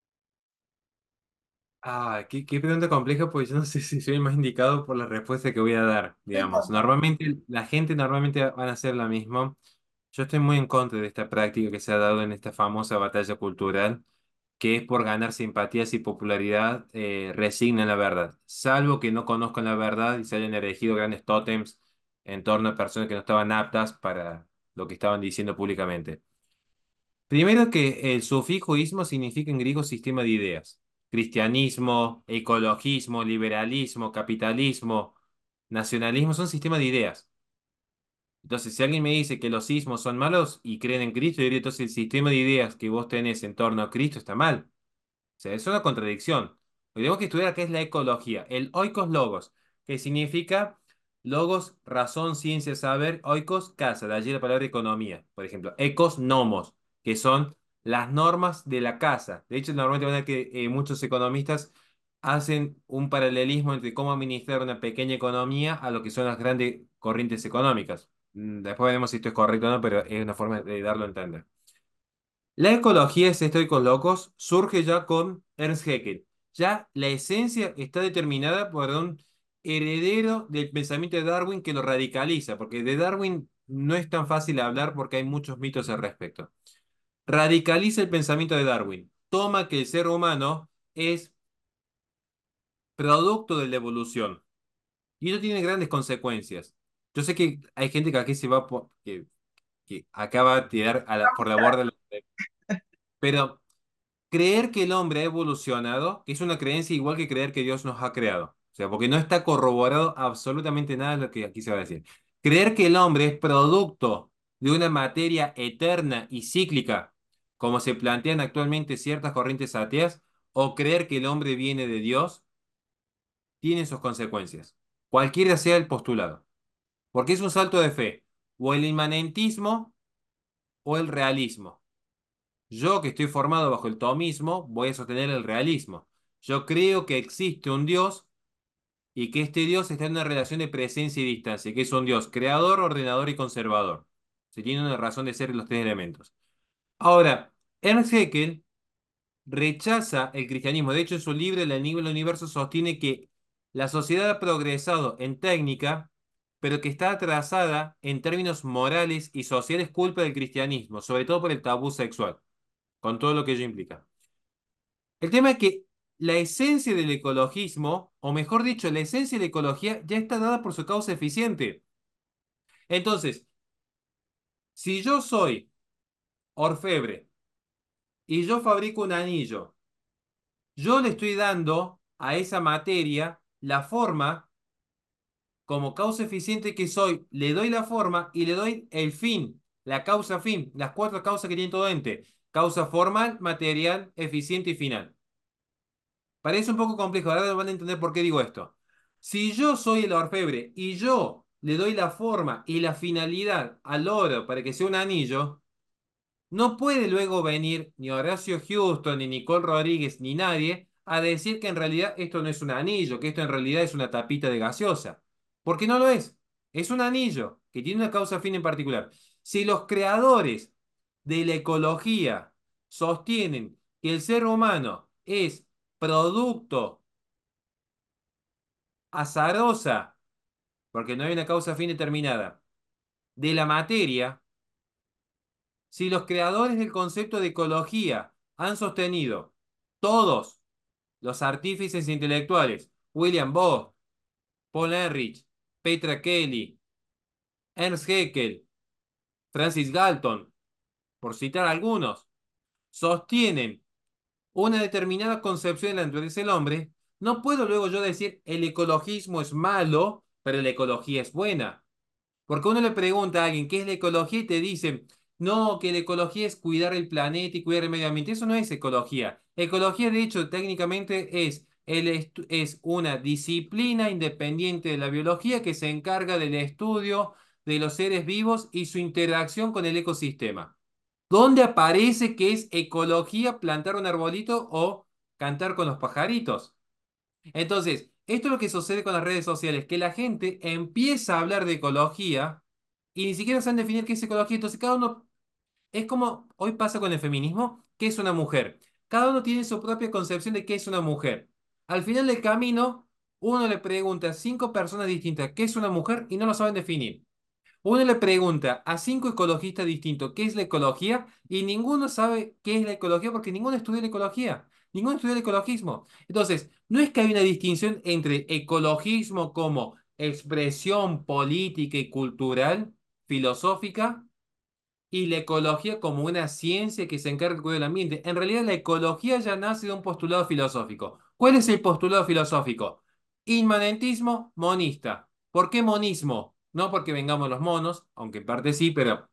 Ah, qué, qué pregunta compleja, pues yo no sé si soy el más indicado por la respuesta que voy a dar, No digamos. importa. Normalmente, la gente normalmente van a hacer la misma. Yo estoy muy en contra de esta práctica que se ha dado en esta famosa batalla cultural, que es por ganar simpatías y popularidad, eh, resignan la verdad. Salvo que no conozcan la verdad y se hayan erigido grandes tótems en torno a personas que no estaban aptas para lo que estaban diciendo públicamente. Primero que el sufijo ismo significa en griego sistema de ideas. Cristianismo, ecologismo, liberalismo, capitalismo, nacionalismo son sistemas de ideas. Entonces, si alguien me dice que los ismos son malos y creen en Cristo, yo diría entonces el sistema de ideas que vos tenés en torno a Cristo está mal. O sea, es una contradicción. Tenemos que estudiar qué es la ecología. El oikos logos, que significa logos, razón, ciencia, saber, oikos, casa, de allí la palabra economía. Por ejemplo, ecos, nomos, que son las normas de la casa. De hecho, normalmente van a ver que eh, muchos economistas hacen un paralelismo entre cómo administrar una pequeña economía a lo que son las grandes corrientes económicas. Mm, Después veremos si esto es correcto o no, pero es una forma de darlo a entender. La ecología de estoicos locos surge ya con Ernst Haeckel. Ya la esencia está determinada por un heredero del pensamiento de Darwin que lo radicaliza, porque de Darwin no es tan fácil hablar porque hay muchos mitos al respecto. Radicaliza el pensamiento de Darwin. Toma que el ser humano es producto de la evolución. Y eso tiene grandes consecuencias. Yo sé que hay gente que aquí se va por, que, que acaba de tirar a la- por la borda, la- pero creer que el hombre ha evolucionado es una creencia igual que creer que Dios nos ha creado. O sea, porque no está corroborado absolutamente nada de lo que aquí se va a decir. Creer que el hombre es producto de una materia eterna y cíclica, como se plantean actualmente ciertas corrientes ateas, o creer que el hombre viene de Dios, tiene sus consecuencias. Cualquiera sea el postulado. Porque es un salto de fe. O el inmanentismo o el realismo. Yo, que estoy formado bajo el tomismo, voy a sostener el realismo. Yo creo que existe un Dios y que este Dios está en una relación de presencia y distancia, que es un Dios creador, ordenador y conservador. Se tiene una razón de ser los tres elementos. Ahora, Ernst Haeckel rechaza el cristianismo. De hecho, en su libro El enigma del universo sostiene que la sociedad ha progresado en técnica, pero que está atrasada en términos morales y sociales culpa del cristianismo, sobre todo por el tabú sexual, con todo lo que ello implica. El tema es que la esencia del ecologismo, o mejor dicho, la esencia de la ecología ya está dada por su causa eficiente. Entonces, si yo soy orfebre y yo fabrico un anillo, yo le estoy dando a esa materia la forma, como causa eficiente que soy, le doy la forma y le doy el fin, la causa fin, las cuatro causas que tiene todo ente. Causa formal, material, eficiente y final. Parece un poco complejo, ahora van a entender por qué digo esto. Si yo soy el orfebre y yo le doy la forma y la finalidad al oro para que sea un anillo, no puede luego venir ni Horacio Houston, ni Nicole Rodríguez, ni nadie a decir que en realidad esto no es un anillo, que esto en realidad es una tapita de gaseosa. Porque no lo es. Es un anillo que tiene una causa fin en particular. Si los creadores de la ecología sostienen que el ser humano es producto azarosa, porque no hay una causa fin determinada, de la materia, si los creadores del concepto de ecología han sostenido, todos los artífices intelectuales, William Bose, Paul Ehrlich, Petra Kelly, Ernst Haeckel, Francis Galton, por citar algunos, sostienen una determinada concepción de la naturaleza del hombre, no puedo luego yo decir el ecologismo es malo, pero la ecología es buena. Porque uno le pregunta a alguien qué es la ecología y te dicen, no, que la ecología es cuidar el planeta y cuidar el medio ambiente. Eso no es ecología. Ecología, de hecho, técnicamente es, el estu- es una disciplina independiente de la biología que se encarga del estudio de los seres vivos y su interacción con el ecosistema. ¿Dónde aparece que es ecología plantar un arbolito o cantar con los pajaritos? Entonces, esto es lo que sucede con las redes sociales, que la gente empieza a hablar de ecología y ni siquiera saben definir qué es ecología. Entonces, cada uno, es como hoy pasa con el feminismo, ¿qué es una mujer? Cada uno tiene su propia concepción de qué es una mujer. Al final del camino, uno le pregunta a cinco personas distintas qué es una mujer y no lo saben definir. Uno le pregunta a cinco ecologistas distintos qué es la ecología y ninguno sabe qué es la ecología porque ninguno estudia la ecología, ninguno estudia el ecologismo. Entonces, no es que hay una distinción entre ecologismo como expresión política y cultural, filosófica, y la ecología como una ciencia que se encarga del cuidado del ambiente. En realidad, la ecología ya nace de un postulado filosófico. ¿Cuál es el postulado filosófico? Inmanentismo monista. ¿Por qué monismo? No porque vengamos los monos, aunque en parte sí, pero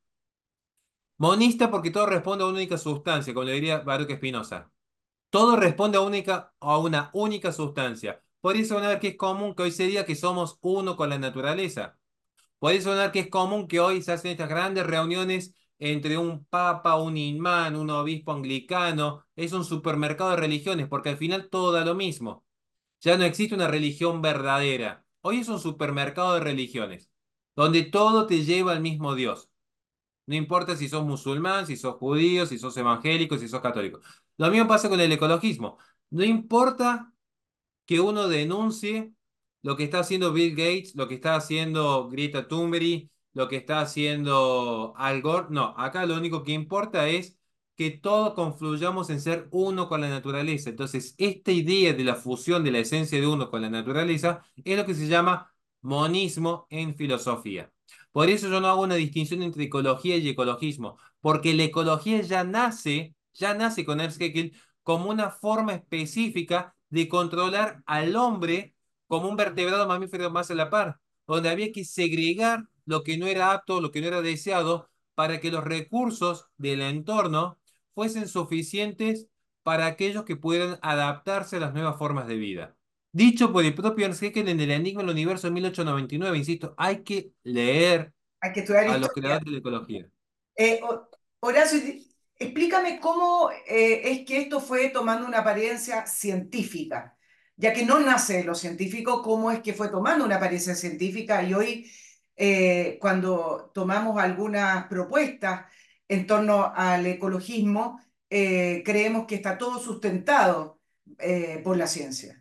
monista porque todo responde a una única sustancia, como le diría Baruch Spinoza. Todo responde a, única, a una única sustancia. Por eso van a ver que es común que hoy se diga que somos uno con la naturaleza. Puede sonar que es común que hoy se hacen estas grandes reuniones entre un papa, un imán, un obispo anglicano. Es un supermercado de religiones, porque al final todo da lo mismo. Ya no existe una religión verdadera. Hoy es un supermercado de religiones, donde todo te lleva al mismo Dios. No importa si sos musulmán, si sos judío, si sos evangélico, si sos católico. Lo mismo pasa con el ecologismo. No importa que uno denuncie lo que está haciendo Bill Gates, lo que está haciendo Greta Thunberg, lo que está haciendo Al Gore. No, acá lo único que importa es que todos confluyamos en ser uno con la naturaleza. Entonces, esta idea de la fusión de la esencia de uno con la naturaleza es lo que se llama monismo en filosofía. Por eso yo no hago una distinción entre ecología y ecologismo, porque la ecología ya nace, ya nace con Ernst Haeckel como una forma específica de controlar al hombre como un vertebrado mamífero más a la par, donde había que segregar lo que no era apto, lo que no era deseado, para que los recursos del entorno fuesen suficientes para aquellos que pudieran adaptarse a las nuevas formas de vida. Dicho por el propio Ernst Haeckel en El Enigma del Universo de mil ochocientos noventa y nueve, insisto, hay que leer Hay que estudiar a los historia. creadores de la ecología. Eh, Ho- Horacio, di- explícame cómo eh, es que esto fue tomando una apariencia científica, ya que no nace de lo científico, cómo es que fue tomando una apariencia científica y hoy eh, cuando tomamos algunas propuestas en torno al ecologismo, eh, creemos que está todo sustentado eh, por la ciencia.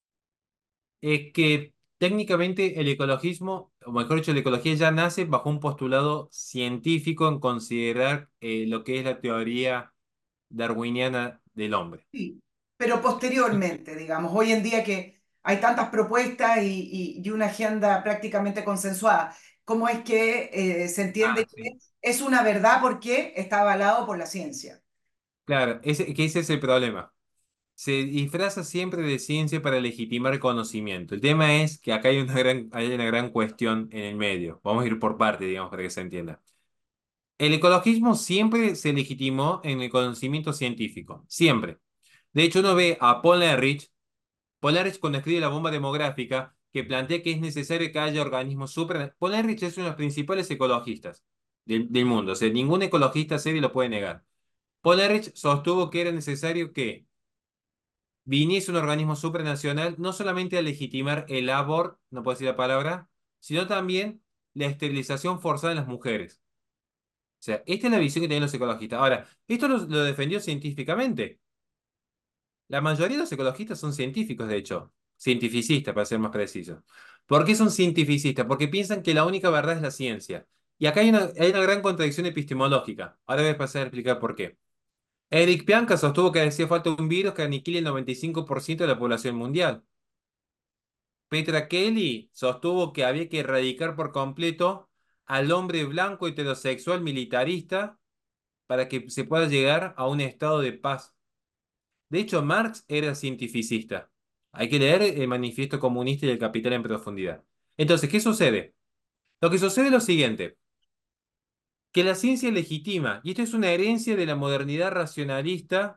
Es que técnicamente el ecologismo, o mejor dicho, la ecología ya nace bajo un postulado científico en considerar eh, lo que es la teoría darwiniana del hombre. Sí, pero posteriormente, digamos, hoy en día que hay tantas propuestas y, y- y una agenda prácticamente consensuada, ¿cómo es que eh, se entiende Ah, que sí. es una verdad porque está avalado por la ciencia? Claro, ese, que ese es el problema. Se disfraza siempre de ciencia para legitimar el conocimiento. El tema es que acá hay una gran, hay una gran cuestión en el medio. Vamos a ir por parte, digamos, para que se entienda. El ecologismo siempre se legitimó en el conocimiento científico, siempre. De hecho, uno ve a Paul Ehrlich. Paul Ehrlich cuando escribe La bomba demográfica, que plantea que es necesario que haya organismos super... Paul Ehrlich es uno de los principales ecologistas del, del mundo. O sea, ningún ecologista serio lo puede negar. Paul Ehrlich sostuvo que era necesario que viniese un organismo supranacional no solamente a legitimar el aborto, no puedo decir la palabra, sino también la esterilización forzada en las mujeres. O sea, esta es la visión que tienen los ecologistas. Ahora, esto lo, lo defendió científicamente. La mayoría de los ecologistas son científicos, de hecho, cientificistas, para ser más precisos. ¿Por qué son cientificistas? Porque piensan que la única verdad es la ciencia. Y acá hay una, hay una gran contradicción epistemológica. Ahora voy a pasar a explicar por qué. Eric Pianca sostuvo que hacía falta un virus que aniquile el noventa y cinco por ciento de la población mundial. Petra Kelly sostuvo que había que erradicar por completo al hombre blanco heterosexual militarista para que se pueda llegar a un estado de paz. De hecho, Marx era cientificista. Hay que leer el Manifiesto Comunista y el Capital en profundidad. Entonces, ¿qué sucede? Lo que sucede es lo siguiente, que la ciencia legitima, y esto es una herencia de la modernidad racionalista,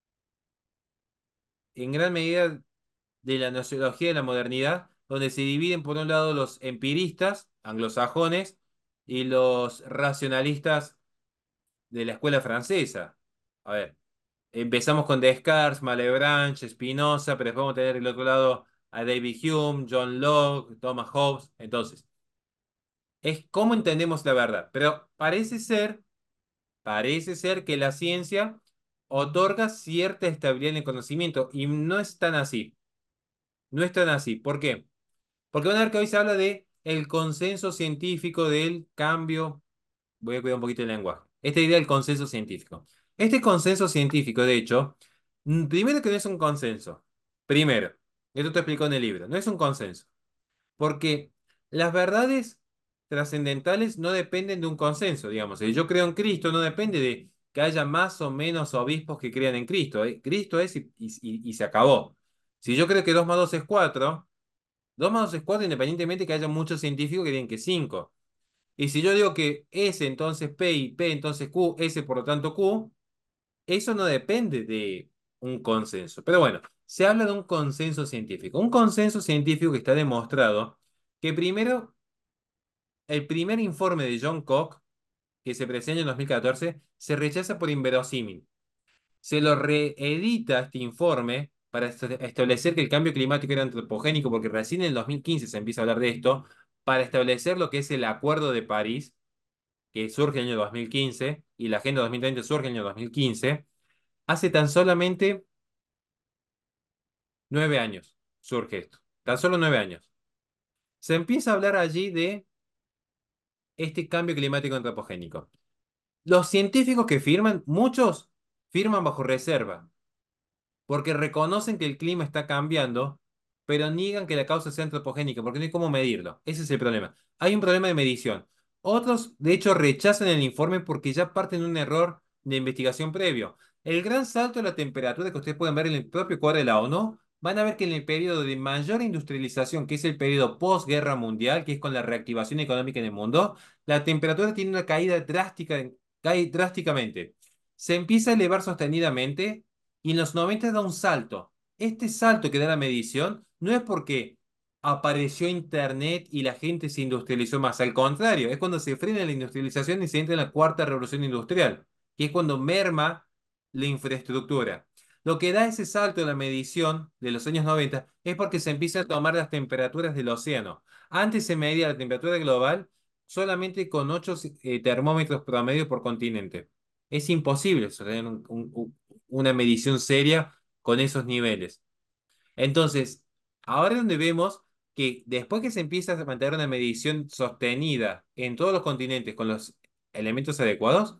en gran medida de la nociología de la modernidad, donde se dividen por un lado los empiristas anglosajones y los racionalistas de la escuela francesa. A ver, empezamos con Descartes, Malebranche, Spinoza, pero después vamos a tener del otro lado a David Hume, John Locke, Thomas Hobbes. Entonces, es cómo entendemos la verdad. Pero parece ser, parece ser que la ciencia otorga cierta estabilidad en el conocimiento y no es tan así. No es tan así. ¿Por qué? Porque van a ver que hoy se habla de el consenso científico del cambio. Voy a cuidar un poquito el lenguaje. Esta idea del consenso científico. Este consenso científico, de hecho, mm, primero que no es un consenso. Primero, esto te explico en el libro, no es un consenso. Porque las verdades trascendentales no dependen de un consenso, digamos. El yo creo en Cristo no depende de que haya más o menos obispos que crean en Cristo. ¿Eh? Cristo es y, y- y se acabó. Si yo creo que dos más dos es cuatro, dos más dos es cuatro independientemente que haya muchos científicos que digan que es cinco. Y si yo digo que S entonces P y P entonces Q, S por lo tanto Q, eso no depende de un consenso. Pero bueno, se habla de un consenso científico. Un consenso científico que está demostrado que primero, el primer informe de John Koch, que se presenta en dos mil catorce, se rechaza por inverosímil. Se lo reedita este informe para est- establecer que el cambio climático era antropogénico, porque recién en el dos mil quince se empieza a hablar de esto, para establecer lo que es el Acuerdo de París, que surge en el año dos mil quince, y la Agenda dos mil treinta surge en el año dos mil quince. Hace tan solamente nueve años surge esto. Tan solo nueve años. Se empieza a hablar allí de este cambio climático antropogénico. Los científicos que firman, muchos firman bajo reserva, porque reconocen que el clima está cambiando, pero niegan que la causa sea antropogénica, porque no hay cómo medirlo. Ese es el problema. Hay un problema de medición. Otros, de hecho, rechazan el informe porque ya parten de un error de investigación previo. El gran salto de la temperatura que ustedes pueden ver en el propio cuadro de la ONU, van a ver que en el periodo de mayor industrialización, que es el periodo posguerra mundial, que es con la reactivación económica en el mundo, la temperatura tiene una caída drástica, cae drásticamente. Se empieza a elevar sostenidamente y en los noventa da un salto. Este salto que da la medición no es porque apareció Internet y la gente se industrializó más. Al contrario, es cuando se frena la industrialización y se entra en la cuarta revolución industrial, que es cuando merma la infraestructura. Lo que da ese salto de la medición de los años noventa es porque se empiezan a tomar las temperaturas del océano. Antes se medía la temperatura global solamente con ocho eh, termómetros promedio por continente. Es imposible sostener un, un- una medición seria con esos niveles. Entonces, ahora es donde vemos que después que se empieza a mantener una medición sostenida en todos los continentes con los elementos adecuados,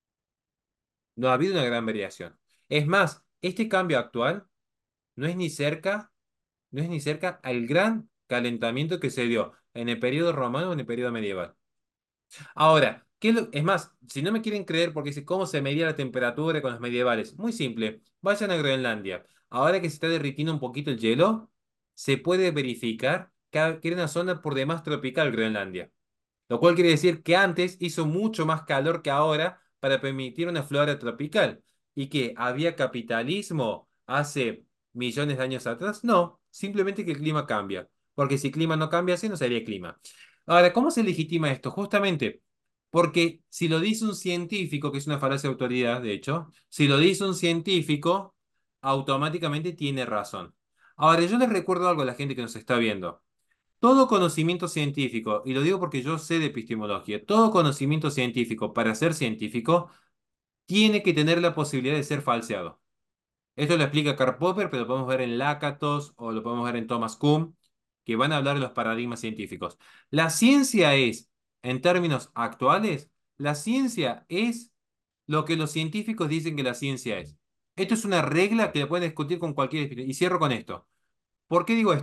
no ha habido una gran variación. Es más, este cambio actual no es ni cerca, no es ni cerca al gran calentamiento que se dio en el periodo romano o en el periodo medieval. Ahora, ¿qué es lo- es más, si no me quieren creer porque dice cómo se medía la temperatura con los medievales, muy simple, vayan a Groenlandia. Ahora que se está derritiendo un poquito el hielo, se puede verificar que ha- que era una zona por demás tropical Groenlandia. Lo cual quiere decir que antes hizo mucho más calor que ahora para permitir una flora tropical. ¿Y que había capitalismo hace millones de años atrás? No, simplemente que el clima cambia. Porque si el clima no cambia así, no sería clima. Ahora, ¿cómo se legitima esto? Justamente porque si lo dice un científico, que es una falacia de autoridad, de hecho, si lo dice un científico, automáticamente tiene razón. Ahora, yo les recuerdo algo a la gente que nos está viendo. Todo conocimiento científico, y lo digo porque yo sé de epistemología, todo conocimiento científico para ser científico tiene que tener la posibilidad de ser falseado. Esto lo explica Karl Popper, pero lo podemos ver en Lakatos o lo podemos ver en Thomas Kuhn, que van a hablar de los paradigmas científicos. La ciencia es, en términos actuales, la ciencia es lo que los científicos dicen que la ciencia es. Esto es una regla que la pueden discutir con cualquier... Y cierro con esto. ¿Por qué digo esto?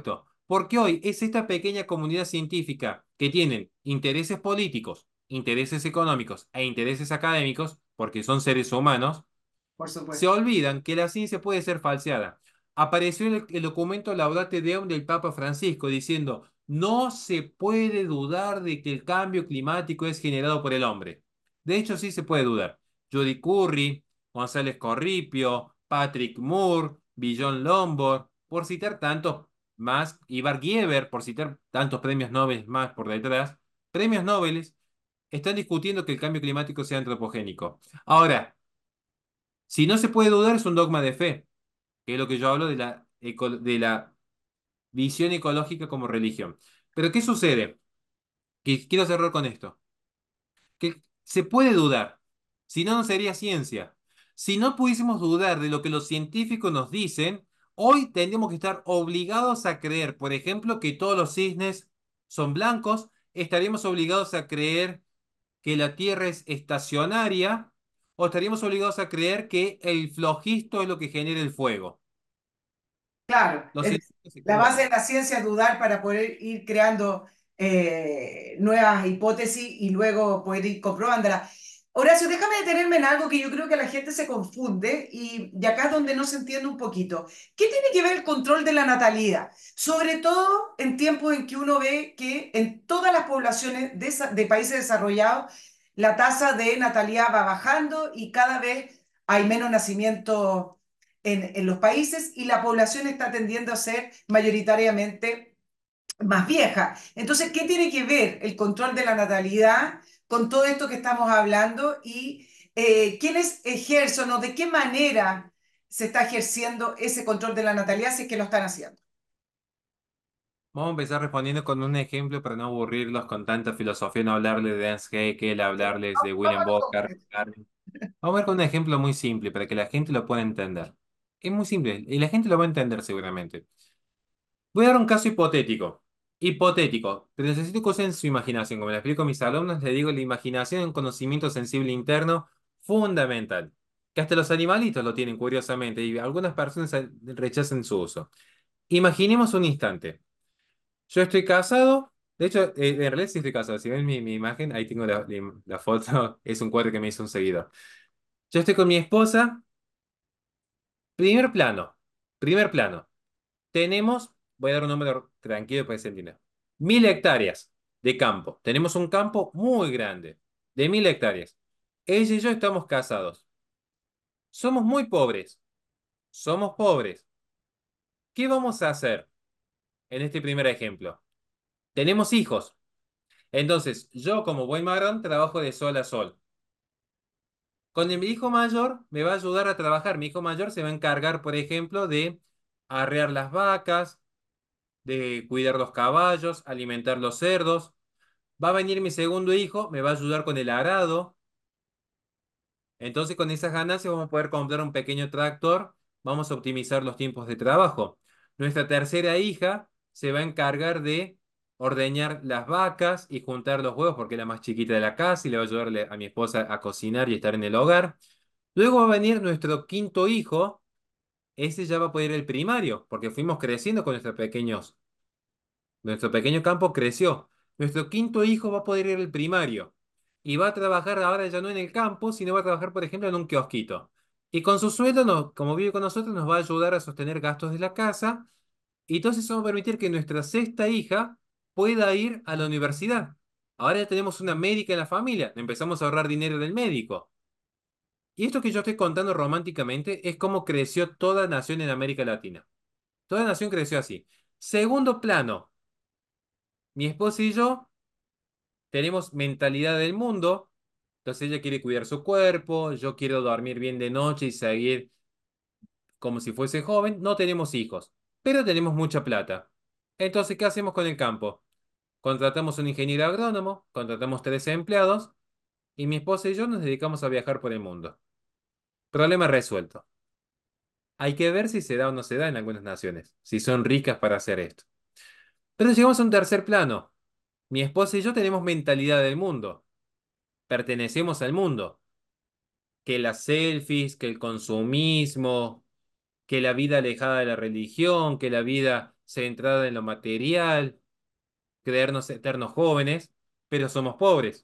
Porque hoy es esta pequeña comunidad científica que tienen intereses políticos, intereses económicos e intereses académicos, porque son seres humanos, Por se supuesto. olvidan que la ciencia puede ser falseada. Apareció el, el documento Laudate Deum del Papa Francisco diciendo, no se puede dudar de que el cambio climático es generado por el hombre. De hecho, sí se puede dudar. Judy Curry, González Corripio, Patrick Moore, Billon Lombard, por citar tantos más, Ivar Gieber, por citar tantos premios Nobel más por detrás, premios Nobel están discutiendo que el cambio climático sea antropogénico. Ahora, si no se puede dudar, es un dogma de fe, que es lo que yo hablo de la, eco- de la visión ecológica como religión. Pero ¿qué sucede? Que quiero cerrar con esto. Que se puede dudar, si no, no sería ciencia. Si no pudiésemos dudar de lo que los científicos nos dicen, hoy tendríamos que estar obligados a creer, por ejemplo, que todos los cisnes son blancos, estaríamos obligados a creer que la Tierra es estacionaria, o estaríamos obligados a creer que el flojisto es lo que genera el fuego. Claro, Los es decir, científicos se la base equivocan. de la ciencia es dudar para poder ir creando eh, nuevas hipótesis y luego poder ir comprobándolas. Horacio, déjame detenerme en algo que yo creo que la gente se confunde y, y acá es donde no se entiende un poquito. ¿Qué tiene que ver el control de la natalidad? Sobre todo en tiempos en que uno ve que en todas las poblaciones de, esa- de países desarrollados la tasa de natalidad va bajando y cada vez hay menos nacimientos en, en los países y la población está tendiendo a ser mayoritariamente más vieja. Entonces, ¿qué tiene que ver el control de la natalidad con todo esto que estamos hablando y eh, quiénes ejercen o de qué manera se está ejerciendo ese control de la natalidad si es que lo están haciendo? Vamos a empezar respondiendo con un ejemplo para no aburrirlos con tanta filosofía, no hablarles de Ernst Haeckel, hablarles de William Vámonos Burke, con Carl Darwin. Vamos a ver con un ejemplo muy simple para que la gente lo pueda entender. Es muy simple y la gente lo va a entender seguramente. Voy a dar un caso hipotético. Hipotético, pero necesito que usen su imaginación. Como le explico a mis alumnos, le digo, la imaginación es un conocimiento sensible interno fundamental. Que hasta los animalitos lo tienen, curiosamente, y algunas personas eh, rechazan su uso. Imaginemos un instante. Yo estoy casado. De hecho, eh, en realidad sí estoy casado. Si ven mi, mi imagen, ahí tengo la, la- la foto. Es un cuadro que me hizo un seguidor. Yo estoy con mi esposa. Primer plano. Primer plano. Tenemos, voy a dar un número tranquilo para que se entienda. Mil hectáreas de campo. Tenemos un campo muy grande, de mil hectáreas. Ella y yo estamos casados. Somos muy pobres. Somos pobres. ¿Qué vamos a hacer en este primer ejemplo? Tenemos hijos. Entonces, yo como buen varón trabajo de sol a sol. Con mi hijo mayor me va a ayudar a trabajar. Mi hijo mayor se va a encargar, por ejemplo, de arrear las vacas, de cuidar los caballos, alimentar los cerdos. Va a venir mi segundo hijo, me va a ayudar con el arado. Entonces, con esas ganancias vamos a poder comprar un pequeño tractor. Vamos a optimizar los tiempos de trabajo. Nuestra tercera hija se va a encargar de ordeñar las vacas y juntar los huevos porque es la más chiquita de la casa y le va a ayudarle a mi esposa a cocinar y estar en el hogar. Luego va a venir nuestro quinto hijo. Ese ya va a poder ir al primario porque fuimos creciendo con nuestros pequeños. Nuestro pequeño campo creció. Nuestro quinto hijo va a poder ir al primario y va a trabajar ahora ya no en el campo, sino va a trabajar, por ejemplo, en un kiosquito. Y con su sueldo, no- como vive con nosotros, nos va a ayudar a sostener gastos de la casa. Y entonces eso va a permitir que nuestra sexta hija pueda ir a la universidad. Ahora ya tenemos una médica en la familia. Empezamos a ahorrar dinero del médico. Y esto que yo estoy contando románticamente es cómo creció toda nación en América Latina. Toda nación creció así. Segundo plano, mi esposa y yo tenemos mentalidad del mundo, entonces ella quiere cuidar su cuerpo, yo quiero dormir bien de noche y seguir como si fuese joven, no tenemos hijos, pero tenemos mucha plata. Entonces, ¿qué hacemos con el campo? Contratamos un ingeniero agrónomo, contratamos tres empleados y mi esposa y yo nos dedicamos a viajar por el mundo. Problema resuelto. Hay que ver si se da o no se da en algunas naciones, si son ricas para hacer esto. Pero llegamos a un tercer plano. Mi esposa y yo tenemos mentalidad del mundo, pertenecemos al mundo. Que las selfies, que el consumismo, que la vida alejada de la religión, que la vida centrada en lo material, creernos eternos jóvenes, pero somos pobres.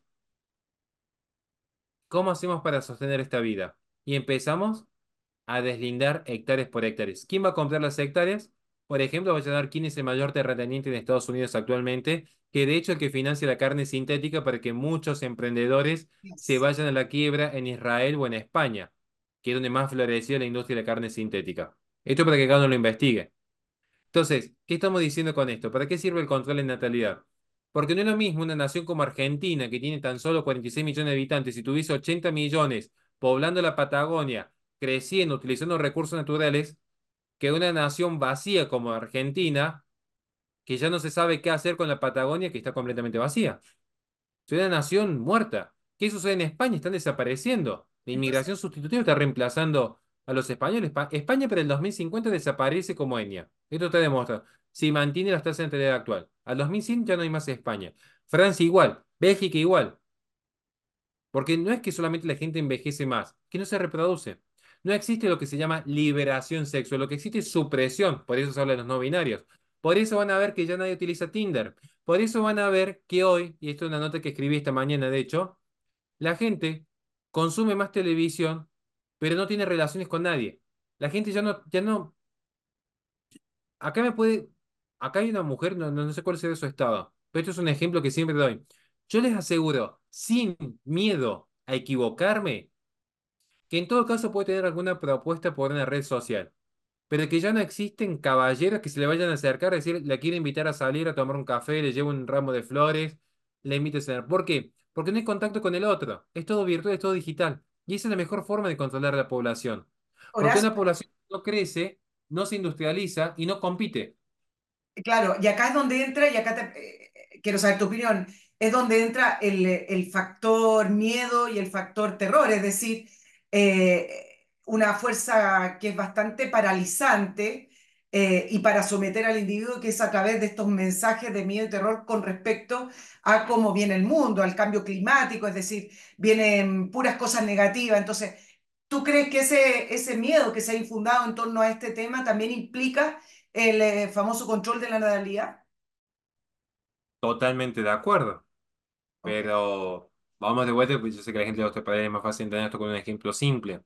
¿Cómo hacemos para sostener esta vida? Y empezamos a deslindar hectáreas por hectáreas. ¿Quién va a comprar las hectáreas? Por ejemplo, voy a dar quién es el mayor terrateniente en Estados Unidos actualmente, que de hecho el que financia la carne sintética para que muchos emprendedores se Yes. vayan a la quiebra en Israel o en España, que es donde más floreció la industria de la carne sintética. Esto para que cada uno lo investigue. Entonces, ¿qué estamos diciendo con esto? ¿Para qué sirve el control en natalidad? Porque no es lo mismo una nación como Argentina, que tiene tan solo cuarenta y seis millones de habitantes, y tuviese ochenta millones poblando la Patagonia, creciendo, utilizando recursos naturales, que una nación vacía como Argentina, que ya no se sabe qué hacer con la Patagonia, que está completamente vacía. Es una nación muerta. ¿Qué sucede en España? Están desapareciendo. La Entonces, inmigración sustitutiva está reemplazando a los españoles. Pa- España para el dos mil cincuenta desaparece como etnia. Esto está demostrado. Si mantiene las tasas de natalidad actual. Al dos mil cien ya no hay más España. Francia igual. Bélgica igual. Porque no es que solamente la gente envejece más, que no se reproduce. No existe lo que se llama liberación sexual, lo que existe es supresión, por eso se habla de los no binarios. Por eso van a ver que ya nadie utiliza Tinder. Por eso van a ver que hoy, y esto es una nota que escribí esta mañana, de hecho, la gente consume más televisión, pero no tiene relaciones con nadie. La gente ya no, ya no, acá me puede, acá hay una mujer, no, no no sé cuál será su estado, pero esto es un ejemplo que siempre doy. Yo les aseguro, sin miedo a equivocarme, que en todo caso puede tener alguna propuesta por una red social, pero que ya no existen caballeros que se le vayan a acercar a decir, la quiero invitar a salir a tomar un café, le llevo un ramo de flores, le invito a cenar. ¿Por qué? Porque no hay contacto con el otro. Es todo virtual, es todo digital. Y esa es la mejor forma de controlar la población. Porque Horacio, una población no crece, no se industrializa y no compite. claro, y acá es donde entra, y acá te, eh, eh, quiero saber tu opinión, es donde entra el, eh, el factor miedo y el factor terror, es decir, eh, una fuerza que es bastante paralizante eh, y para someter al individuo, que es a través de estos mensajes de miedo y terror con respecto a cómo viene el mundo, al cambio climático, es decir, vienen puras cosas negativas. Entonces, ¿tú crees que ese, ese miedo que se ha infundado en torno a este tema también implica el eh, famoso control de la natalidad? Totalmente de acuerdo. Ok. Pero vamos de vuelta, pues yo sé que a la gente de otros países es más fácil entender esto con un ejemplo simple.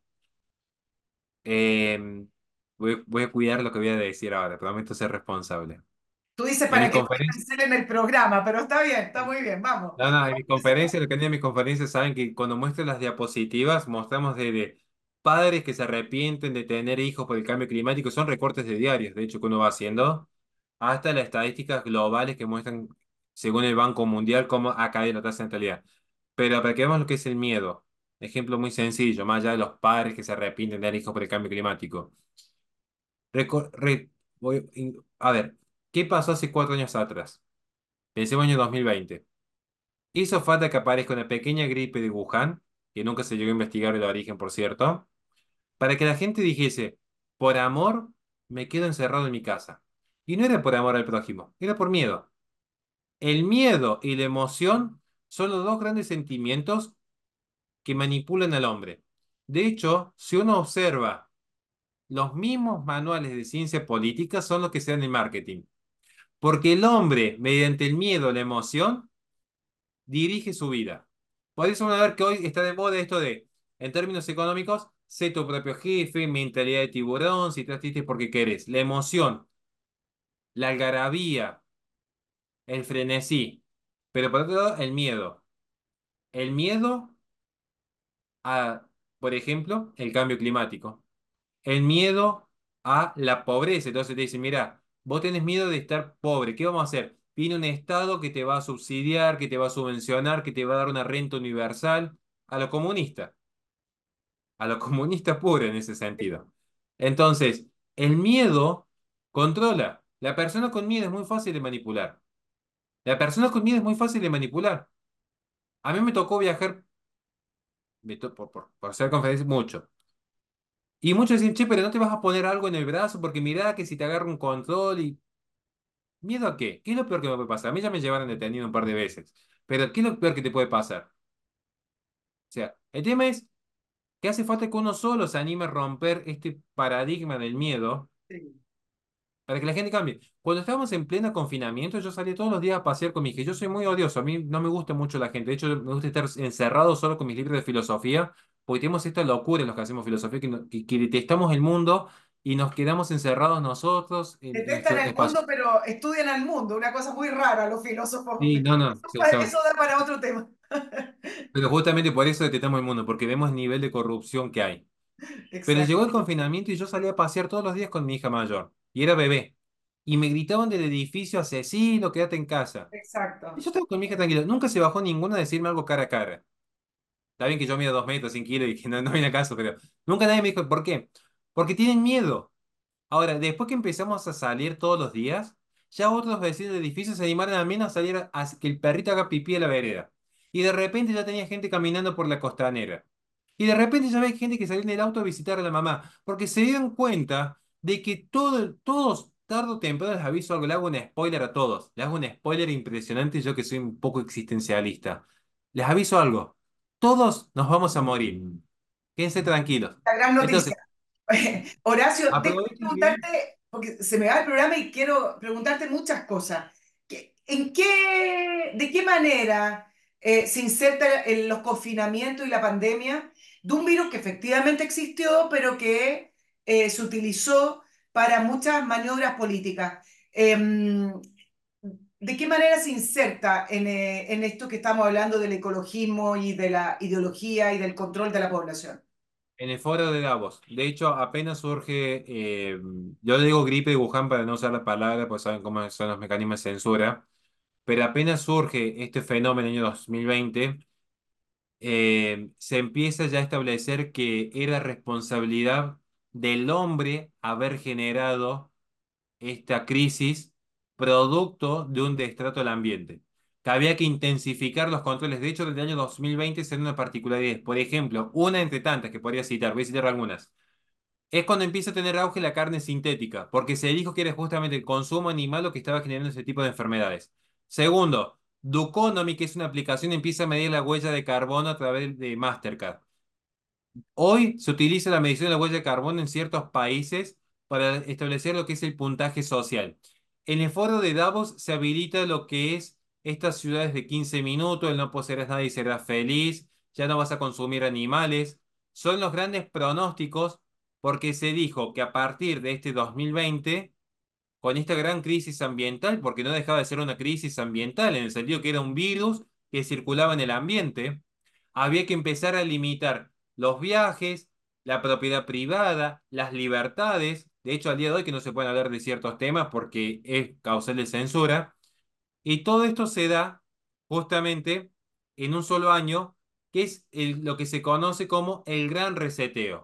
Eh, voy, voy a cuidar lo que voy a decir ahora, prometo ser responsable. Tú dices En para mis que no te conferencias, cancelen el programa, pero está bien, está muy bien, vamos. no, no, en mis conferencias, lo que en mis conferencias saben que cuando muestro las diapositivas, mostramos desde padres que se arrepienten de tener hijos por el cambio climático, son recortes de diarios, de hecho, que uno va haciendo, hasta las estadísticas globales que muestran, según el Banco Mundial, cómo ha caído la tasa de natalidad. Pero para que veamos lo que es el miedo, ejemplo muy sencillo, más allá de los padres que se arrepienten de tener hijos por el cambio climático. Reco- re- voy- in- a ver, ¿qué pasó hace cuatro años atrás? Pensemos en el dos mil veinte. Hizo falta que aparezca una pequeña gripe de Wuhan, que nunca se llegó a investigar el origen, por cierto, para que la gente dijese, por amor, me quedo encerrado en mi casa. Y no era por amor al prójimo, era por miedo. El miedo y la emoción son los dos grandes sentimientos que manipulan al hombre. De hecho, si uno observa, los mismos manuales de ciencia política son los que se dan en marketing. Porque el hombre, mediante el miedo, la emoción, dirige su vida. Por eso van a ver que hoy está de moda esto de, en términos económicos, sé tu propio jefe, mentalidad de tiburón, si estás triste es porque querés. La emoción, la algarabía, el frenesí. Pero por otro lado, el miedo. El miedo a, por ejemplo, el cambio climático. El miedo a la pobreza. Entonces te dicen, mira, vos tenés miedo de estar pobre, ¿qué vamos a hacer? Viene un Estado que te va a subsidiar, que te va a subvencionar, que te va a dar una renta universal, a lo comunista, a lo comunista puro en ese sentido. Entonces, el miedo controla. La persona con miedo es muy fácil de manipular. La persona con miedo es muy fácil de manipular. A mí me tocó viajar me to- por, por, por hacer conferencias mucho. Y muchos dicen, che, pero no te vas a poner algo en el brazo porque mirá que si te agarra un control y ¿miedo a qué? ¿Qué es lo peor que me puede pasar? A mí ya me llevaron detenido un par de veces. Pero ¿qué es lo peor que te puede pasar? O sea, el tema es que hace falta que uno solo se anime a romper este paradigma del miedo Sí. para que la gente cambie. Cuando estábamos en pleno confinamiento, yo salía todos los días a pasear con mi hija. Yo soy muy odioso, a mí no me gusta mucho la gente. De hecho, me gusta estar encerrado solo con mis libros de filosofía, porque tenemos esta locura en los que hacemos filosofía, que, no- que, que detestamos el mundo y nos quedamos encerrados nosotros en Detestan nuestro el espacio. mundo, pero estudian al mundo, una cosa muy rara los filósofos. Sí, no, no, Eso, sí, pa- son- eso da para otro tema. pero justamente por eso detestamos el mundo, porque vemos el nivel de corrupción que hay. Pero llegó Exacto, el confinamiento y yo salía a pasear todos los días con mi hija mayor, y era bebé. Y me gritaban del edificio, asesino, quédate en casa. Y exacto, yo estaba con mi hija tranquilo. Nunca se bajó ninguna a decirme algo cara a cara. Está bien que yo mido dos metros, cien kilos y que no, no viene a caso, pero nunca nadie me dijo, ¿por qué? Porque tienen miedo. Ahora, después que empezamos a salir todos los días, ya otros vecinos del edificio se animaron al menos a salir a, a que el perrito haga pipí en la vereda. Y de repente ya tenía gente caminando por la costanera. Y de repente ya ve gente que salió en el auto a visitar a la mamá, porque se dieron cuenta de que todo, todos, tarde o temprano les aviso algo, le hago un spoiler a todos, les hago un spoiler impresionante, yo que soy un poco existencialista. Les aviso algo, todos nos vamos a morir, quédense tranquilos. la gran Entonces, noticia. Horacio, déjame aprovechen que preguntarte, porque se me va el programa y quiero preguntarte muchas cosas. ¿Qué- ¿En qué, de qué manera eh, se inserta en los confinamientos y la pandemia de un virus que efectivamente existió, pero que eh, se utilizó para muchas maniobras políticas? Em, ¿de qué manera se inserta en, eh, en esto que estamos hablando del ecologismo y de la ideología y del control de la población? en el foro de Davos, de hecho, apenas surge, eh, yo le digo gripe de Wuhan para no usar la palabra, pues saben cómo son los mecanismos de censura, pero apenas surge este fenómeno en el año dos mil veinte, eh, se empieza ya a establecer que era responsabilidad del hombre haber generado esta crisis producto de un destrato al ambiente. Que había que intensificar los controles. De hecho, desde el año dos mil veinte se dan una particularidad. Por ejemplo, una entre tantas que podría citar, voy a citar algunas. Es cuando empieza a tener auge la carne sintética, porque se dijo que era justamente el consumo animal lo que estaba generando ese tipo de enfermedades. Segundo, Duconomy, que es una aplicación, empieza a medir la huella de carbono a través de Mastercard. Hoy se utiliza la medición de la huella de carbono en ciertos países para establecer lo que es el puntaje social. En el foro de Davos se habilita lo que es estas ciudades de quince minutos, el no poseerás nada y serás feliz, ya no vas a consumir animales. Son los grandes pronósticos porque se dijo que a partir de este dos mil veinte, con esta gran crisis ambiental, porque no dejaba de ser una crisis ambiental en el sentido que era un virus que circulaba en el ambiente, había que empezar a limitar los viajes, la propiedad privada, las libertades. De hecho, al día de hoy que no se pueden hablar de ciertos temas porque es causal de censura. Y todo esto se da justamente en un solo año, que es el- lo que se conoce como el gran reseteo.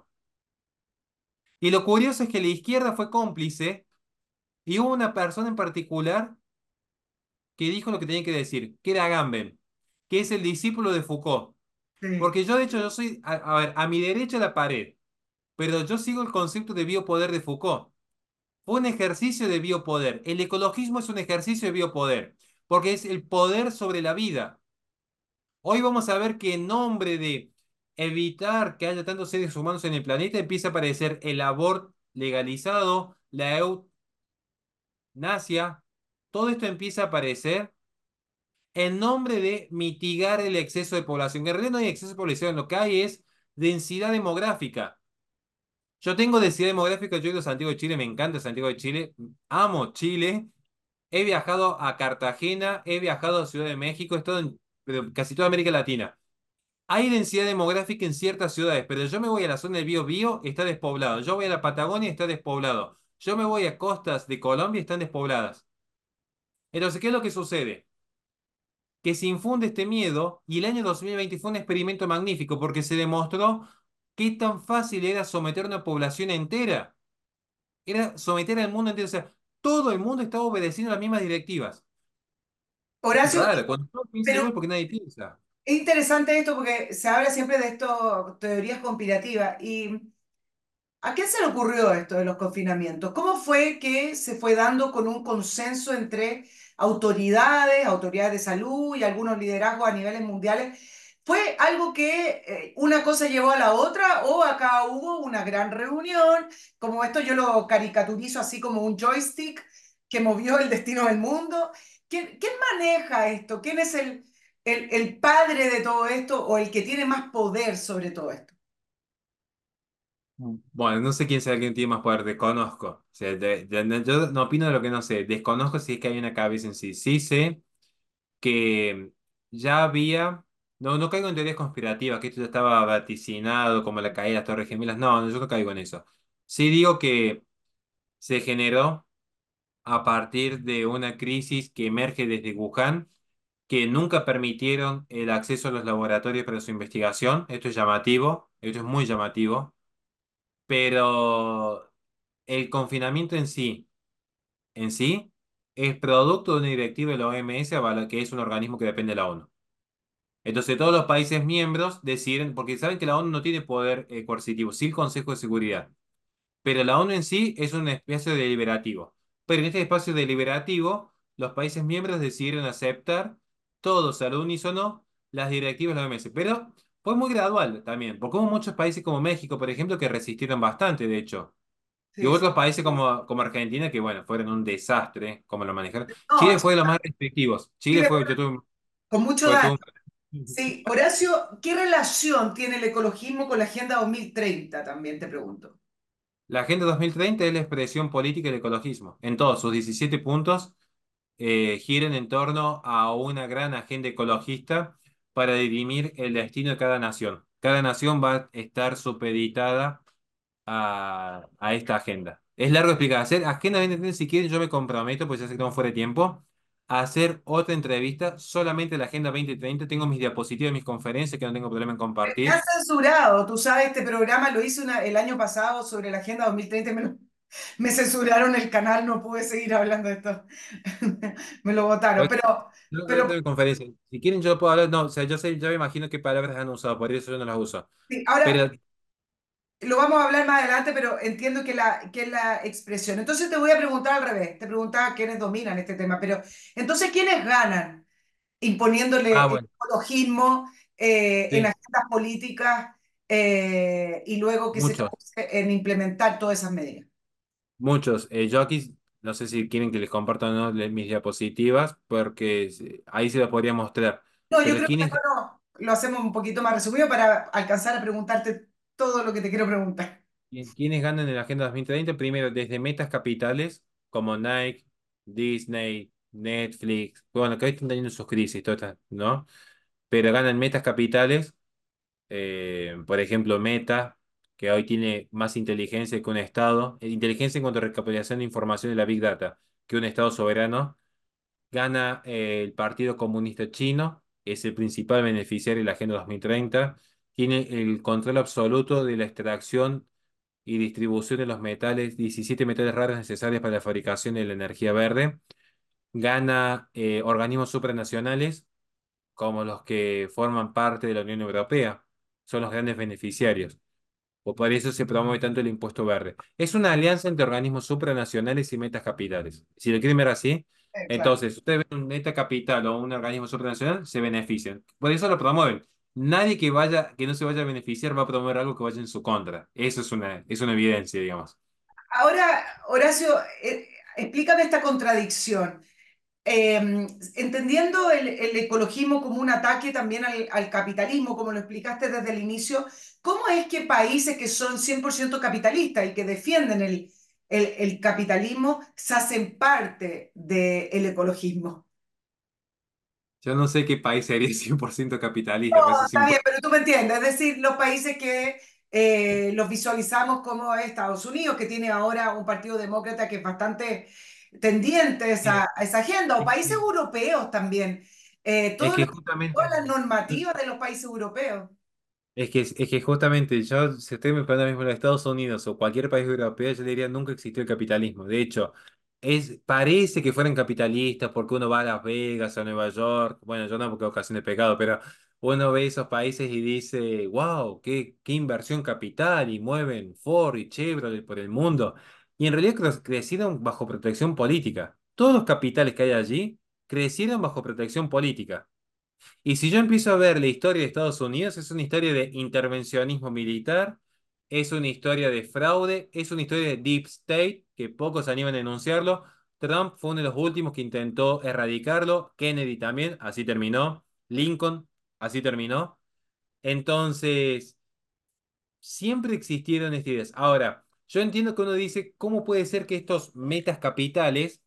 Y lo curioso es que la izquierda fue cómplice y hubo una persona en particular que dijo lo que tenía que decir, que era Agamben, que es el discípulo de Foucault. Sí. Porque yo, de hecho, yo soy, a, a ver, a mi derecha la pared, pero yo sigo el concepto de biopoder de Foucault. Fue un ejercicio de biopoder. El ecologismo es un ejercicio de biopoder, porque es el poder sobre la vida. Hoy vamos a ver que en nombre de evitar que haya tantos seres humanos en el planeta, empieza a aparecer el aborto legalizado, la eutanasia. Todo esto empieza a aparecer en nombre de mitigar el exceso de población. En realidad no hay exceso de población, lo que hay es densidad demográfica. Yo tengo densidad demográfica, yo he ido a Santiago de Chile, me encanta Santiago de Chile, amo Chile, he viajado a Cartagena, he viajado a Ciudad de México, he estado en pero casi toda América Latina. Hay densidad demográfica en ciertas ciudades, pero yo me voy a la zona del Bío está despoblado. Yo voy a la Patagonia, está despoblado. Yo me voy a costas de Colombia, están despobladas. Entonces, ¿qué es lo que sucede? Que se infunde este miedo y el año dos mil veinte fue un experimento magnífico porque se demostró qué tan fácil era someter a una población entera. Era someter al mundo entero. O sea, todo el mundo estaba obedeciendo las mismas directivas. Es Horacio, raro, cuando todos piensan pero igual porque nadie piensa. es interesante esto porque se habla siempre de esto, teorías conspirativas. ¿Y a quién se le ocurrió esto de los confinamientos? ¿Cómo fue que se fue dando con un consenso entre autoridades, autoridades de salud y algunos liderazgos a niveles mundiales? ¿Fue algo que eh, una cosa llevó a la otra o acá hubo una gran reunión? Como esto yo lo caricaturizo así como un joystick que movió el destino del mundo. ¿Quién, quién maneja esto? ¿Quién es el, el, el padre de todo esto o el que tiene más poder sobre todo esto? Mm. Bueno, no sé quién sea quien tiene más poder, desconozco. O sea, de- de- de- yo no opino de lo que no sé, desconozco si es que hay una cabeza en sí. Sí sé que ya había, no, no caigo en teorías conspirativas, que esto ya estaba vaticinado como la caída de las Torres Gemelas, no, no, yo no caigo en eso. Sí digo que se generó a partir de una crisis que emerge desde Wuhan, que nunca permitieron el acceso a los laboratorios para su investigación. Esto es llamativo, esto es muy llamativo, pero el confinamiento en sí, en sí, es producto de una directiva de la O M S, a la que es un organismo que depende de la ONU. Entonces todos los países miembros deciden, porque saben que la ONU no tiene poder eh, coercitivo, sí el Consejo de Seguridad, pero la ONU en sí es un espacio deliberativo. Pero en este espacio deliberativo, los países miembros decidieron aceptar todos al unísono las directivas de la O M S. Pero fue muy gradual también, porque hubo muchos países como México, por ejemplo, que resistieron bastante, de hecho. Y Sí, hubo sí. otros países como, como Argentina que, bueno, fueron un desastre, como lo manejaron. No, Chile fue de los más restrictivos. Chile Chile, fue, yo tuve, con mucho fue daño. todo Sí, Horacio, ¿qué relación tiene el ecologismo con la Agenda dos mil treinta? También te pregunto. La Agenda dos mil treinta es la expresión política del ecologismo. En todos sus diecisiete puntos eh, giran en torno a una gran agenda ecologista para dirimir el destino de cada nación. Cada nación va a estar supeditada a, a esta agenda. Es largo explicar. Hacer Agenda dos mil treinta, si quieren, yo me comprometo, pues ya sé que estamos fuera de tiempo, a hacer otra entrevista solamente de la Agenda dos mil treinta. Tengo mis diapositivas, mis conferencias que no tengo problema en Me has compartir. censurado, tú sabes, este programa lo hice una- el año pasado sobre la Agenda dos mil treinta y me, lo- me censuraron el canal, no pude seguir hablando de esto. Me lo votaron, Pues, pero, no, no pero tengo conferencia. Si quieren, yo puedo hablar. No, o sea, yo sé, yo me imagino qué palabras han usado, por eso yo no las uso. sí, ahora Pero lo vamos a hablar más adelante, pero entiendo que, la, que es la expresión. Entonces te voy a preguntar al revés, te preguntaba quiénes dominan este tema, pero entonces ¿quiénes ganan ah, imponiéndole el bueno, ecologismo eh, en sí, agendas políticas eh, y luego que se muchos, traduce en implementar todas esas medidas? muchos. Eh, yo aquí, no sé si quieren que les comparta o no le- mis diapositivas, porque eh, ahí se las podría mostrar. No, yo Pero creo que ¿quiénes, mejor no, lo hacemos un poquito más resumido para alcanzar a preguntarte todo lo que te quiero preguntar. quiénes ganan en la Agenda dos mil treinta? Primero, desde metas capitales como Nike, Disney, Netflix, bueno, que hoy están teniendo sus crisis, todas estas, ¿no? Pero ganan metas capitales. Eh, por ejemplo, Meta, que hoy tiene más inteligencia que un Estado, eh, inteligencia en cuanto a recopilación de información de la Big Data, que un Estado soberano. Gana eh, el Partido Comunista Chino, es el principal beneficiario de la Agenda dos mil treinta. Tiene el control absoluto de la extracción y distribución de los metales, diecisiete metales raros necesarios para la fabricación de la energía verde. Gana eh, organismos supranacionales como los que forman parte de la Unión Europea. Son los grandes beneficiarios. O por eso se promueve tanto el impuesto verde. Es una alianza entre organismos supranacionales y metas capitales. Si lo quieren ver así, Eh, claro. entonces ustedes ven un meta capital o un organismo supranacional, se benefician. Por eso lo promueven. Nadie que vaya, que no se vaya a beneficiar va a promover algo que vaya en su contra. Eso es una, es una evidencia, digamos. Ahora, Horacio, eh, explícame esta contradicción. Eh, entendiendo el, el ecologismo como un ataque también al, al capitalismo, como lo explicaste desde el inicio, ¿cómo es que países que son cien por ciento capitalistas y que defienden el, el, el capitalismo se hacen parte del ecologismo? Yo no sé qué país sería cien por ciento No, capitalista, pero eso es está bien, imposible. pero tú me entiendes, es decir, los países que eh, los visualizamos como Estados Unidos, que tiene ahora un partido demócrata que es bastante tendiente a esa, a esa agenda, o países europeos también, eh, Es todo que lo- todas justamente. las normativas de los países europeos. Es que, es que justamente yo, si usted me pregunta ahora mismo en Estados Unidos o cualquier país europeo, yo le diría nunca existió el capitalismo. De hecho, es, parece que fueran capitalistas porque uno va a Las Vegas, a Nueva York, bueno, yo no porque ocasión de pecado, pero uno ve esos países y dice, wow, qué, qué inversión capital y mueven Ford y Chevrolet por el mundo. Y en realidad cre- crecieron bajo protección política. Todos los capitales que hay allí crecieron bajo protección política. Y si yo empiezo a ver la historia de Estados Unidos, es una historia de intervencionismo militar, es una historia de fraude, es una historia de deep state, que pocos se animan a denunciarlo. Trump fue uno de los últimos que intentó erradicarlo, Kennedy también, así terminó, Lincoln, así terminó. Entonces, siempre existieron estas ideas. Ahora, yo entiendo que uno dice, ¿cómo puede ser que estos metas capitales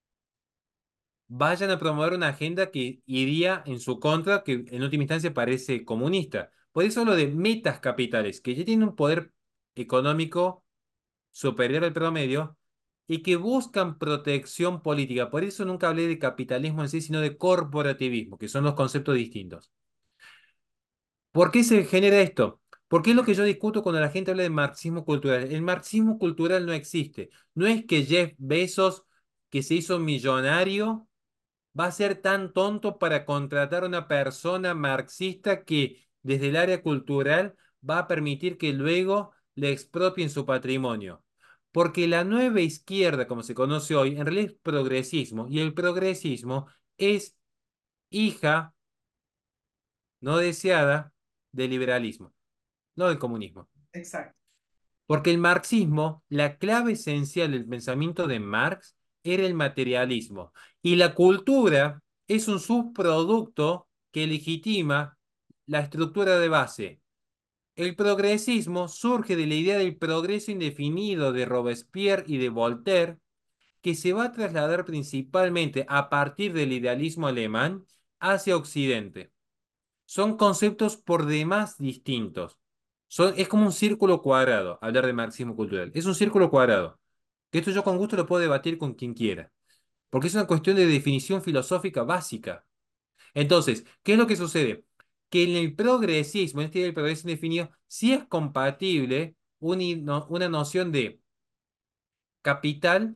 vayan a promover una agenda que iría en su contra, que en última instancia parece comunista? Por eso lo de metas capitales, que ya tienen un poder económico superior al promedio y que buscan protección política. Por eso nunca hablé de capitalismo en sí, sino de corporativismo, que son dos conceptos distintos. ¿Por qué se genera esto? Porque es lo que yo discuto cuando la gente habla de marxismo cultural. El marxismo cultural no existe. No es que Jeff Bezos, que se hizo millonario, va a ser tan tonto para contratar a una persona marxista que desde el área cultural va a permitir que luego le expropien su patrimonio. Porque la nueva izquierda, como se conoce hoy, en realidad es progresismo, y el progresismo es hija no deseada del liberalismo, no del comunismo. Exacto, Porque el marxismo, la clave esencial del pensamiento de Marx era el materialismo. Y la cultura es un subproducto que legitima la estructura de base. El progresismo surge de la idea del progreso indefinido de Robespierre y de Voltaire, que se va a trasladar principalmente a partir del idealismo alemán hacia Occidente. Son conceptos por demás distintos. Son, es como un círculo cuadrado, hablar de marxismo cultural. Es un círculo cuadrado. Que esto yo con gusto lo puedo debatir con quien quiera. Porque es una cuestión de definición filosófica básica. Entonces, ¿qué es lo que sucede? Que en el progresismo, en este del progreso indefinido, sí es compatible un i- no- una noción de capital,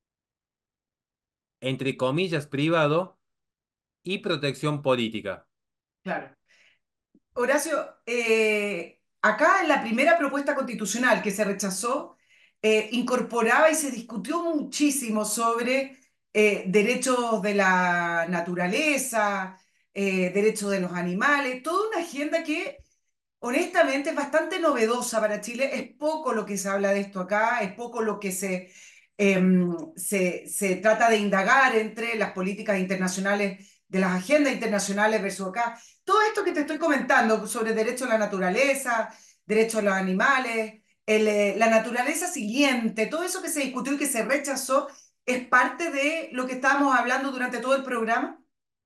entre comillas, privado y protección política. claro. Horacio, eh, acá en la primera propuesta constitucional que se rechazó, eh, incorporaba y se discutió muchísimo sobre eh, derechos de la naturaleza, eh, derechos de los animales, toda una agenda que honestamente es bastante novedosa para Chile. Es poco lo que se habla de esto acá, es poco lo que se, em, se, se trata de indagar entre las políticas internacionales, de las agendas internacionales versus acá. Todo esto que te estoy comentando sobre derecho a la naturaleza, derecho a los animales, el, eh, la naturaleza siguiente, todo eso que se discutió y que se rechazó, es parte de lo que estábamos hablando durante todo el programa.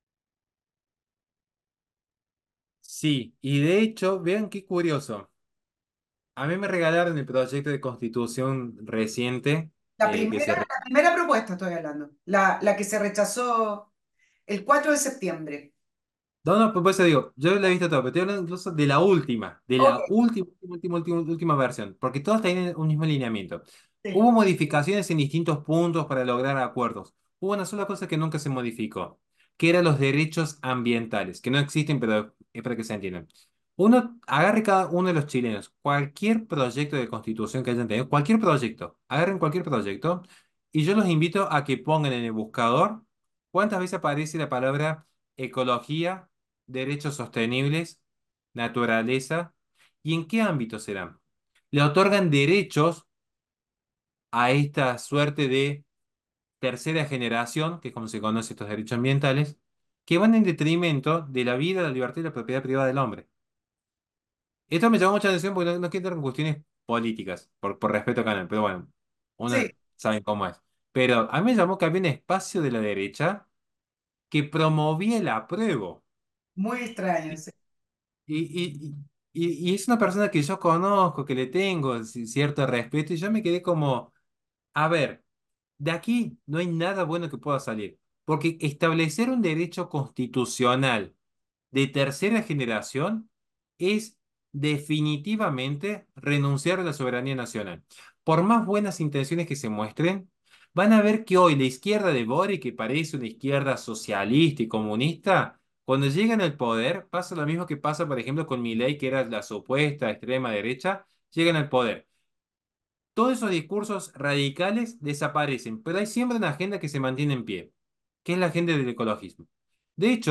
Sí, y de hecho, vean qué curioso. A mí me regalaron el proyecto de constitución reciente, La eh, que primera, se... re- la primera propuesta estoy hablando, la, la que se rechazó el cuatro de septiembre. No, no, pues por eso digo, yo la he visto todo, pero estoy hablando incluso de la última, de Ok, la última, última, última, última versión, porque todas tienen un mismo lineamiento. sí, Hubo modificaciones en distintos puntos para lograr acuerdos. Hubo una sola cosa que nunca se modificó, que eran los derechos ambientales, que no existen, pero es para que se entiendan. Uno, agarre cada uno de los chilenos, cualquier proyecto de constitución que hayan tenido, cualquier proyecto, agarren cualquier proyecto, y yo los invito a que pongan en el buscador cuántas veces aparece la palabra ecología, derechos sostenibles, naturaleza, y en qué ámbito serán. Le otorgan derechos a esta suerte de tercera generación, que es como se conoce estos derechos ambientales, que van en detrimento de la vida, la libertad y la propiedad privada del hombre. Esto me llamó mucha atención porque no, no quiero entrar en cuestiones políticas, por, por respeto al canal, pero bueno, sí, uno sabe cómo es. Pero a mí me llamó que había un espacio de la derecha que promovía el apruebo. muy extraño, sí. Y, y, y, y es una persona que yo conozco, que le tengo ci- cierto respeto, y yo me quedé como, a ver, de aquí no hay nada bueno que pueda salir, porque establecer un derecho constitucional de tercera generación es definitivamente renunciar a la soberanía nacional. Por más buenas intenciones que se muestren, van a ver que hoy la izquierda de Boric, que parece una izquierda socialista y comunista, cuando llegan al poder, pasa lo mismo que pasa, por ejemplo, con Milei, que era la supuesta extrema derecha, llegan al poder. Todos esos discursos radicales desaparecen, pero hay siempre una agenda que se mantiene en pie, que es la agenda del ecologismo. De hecho,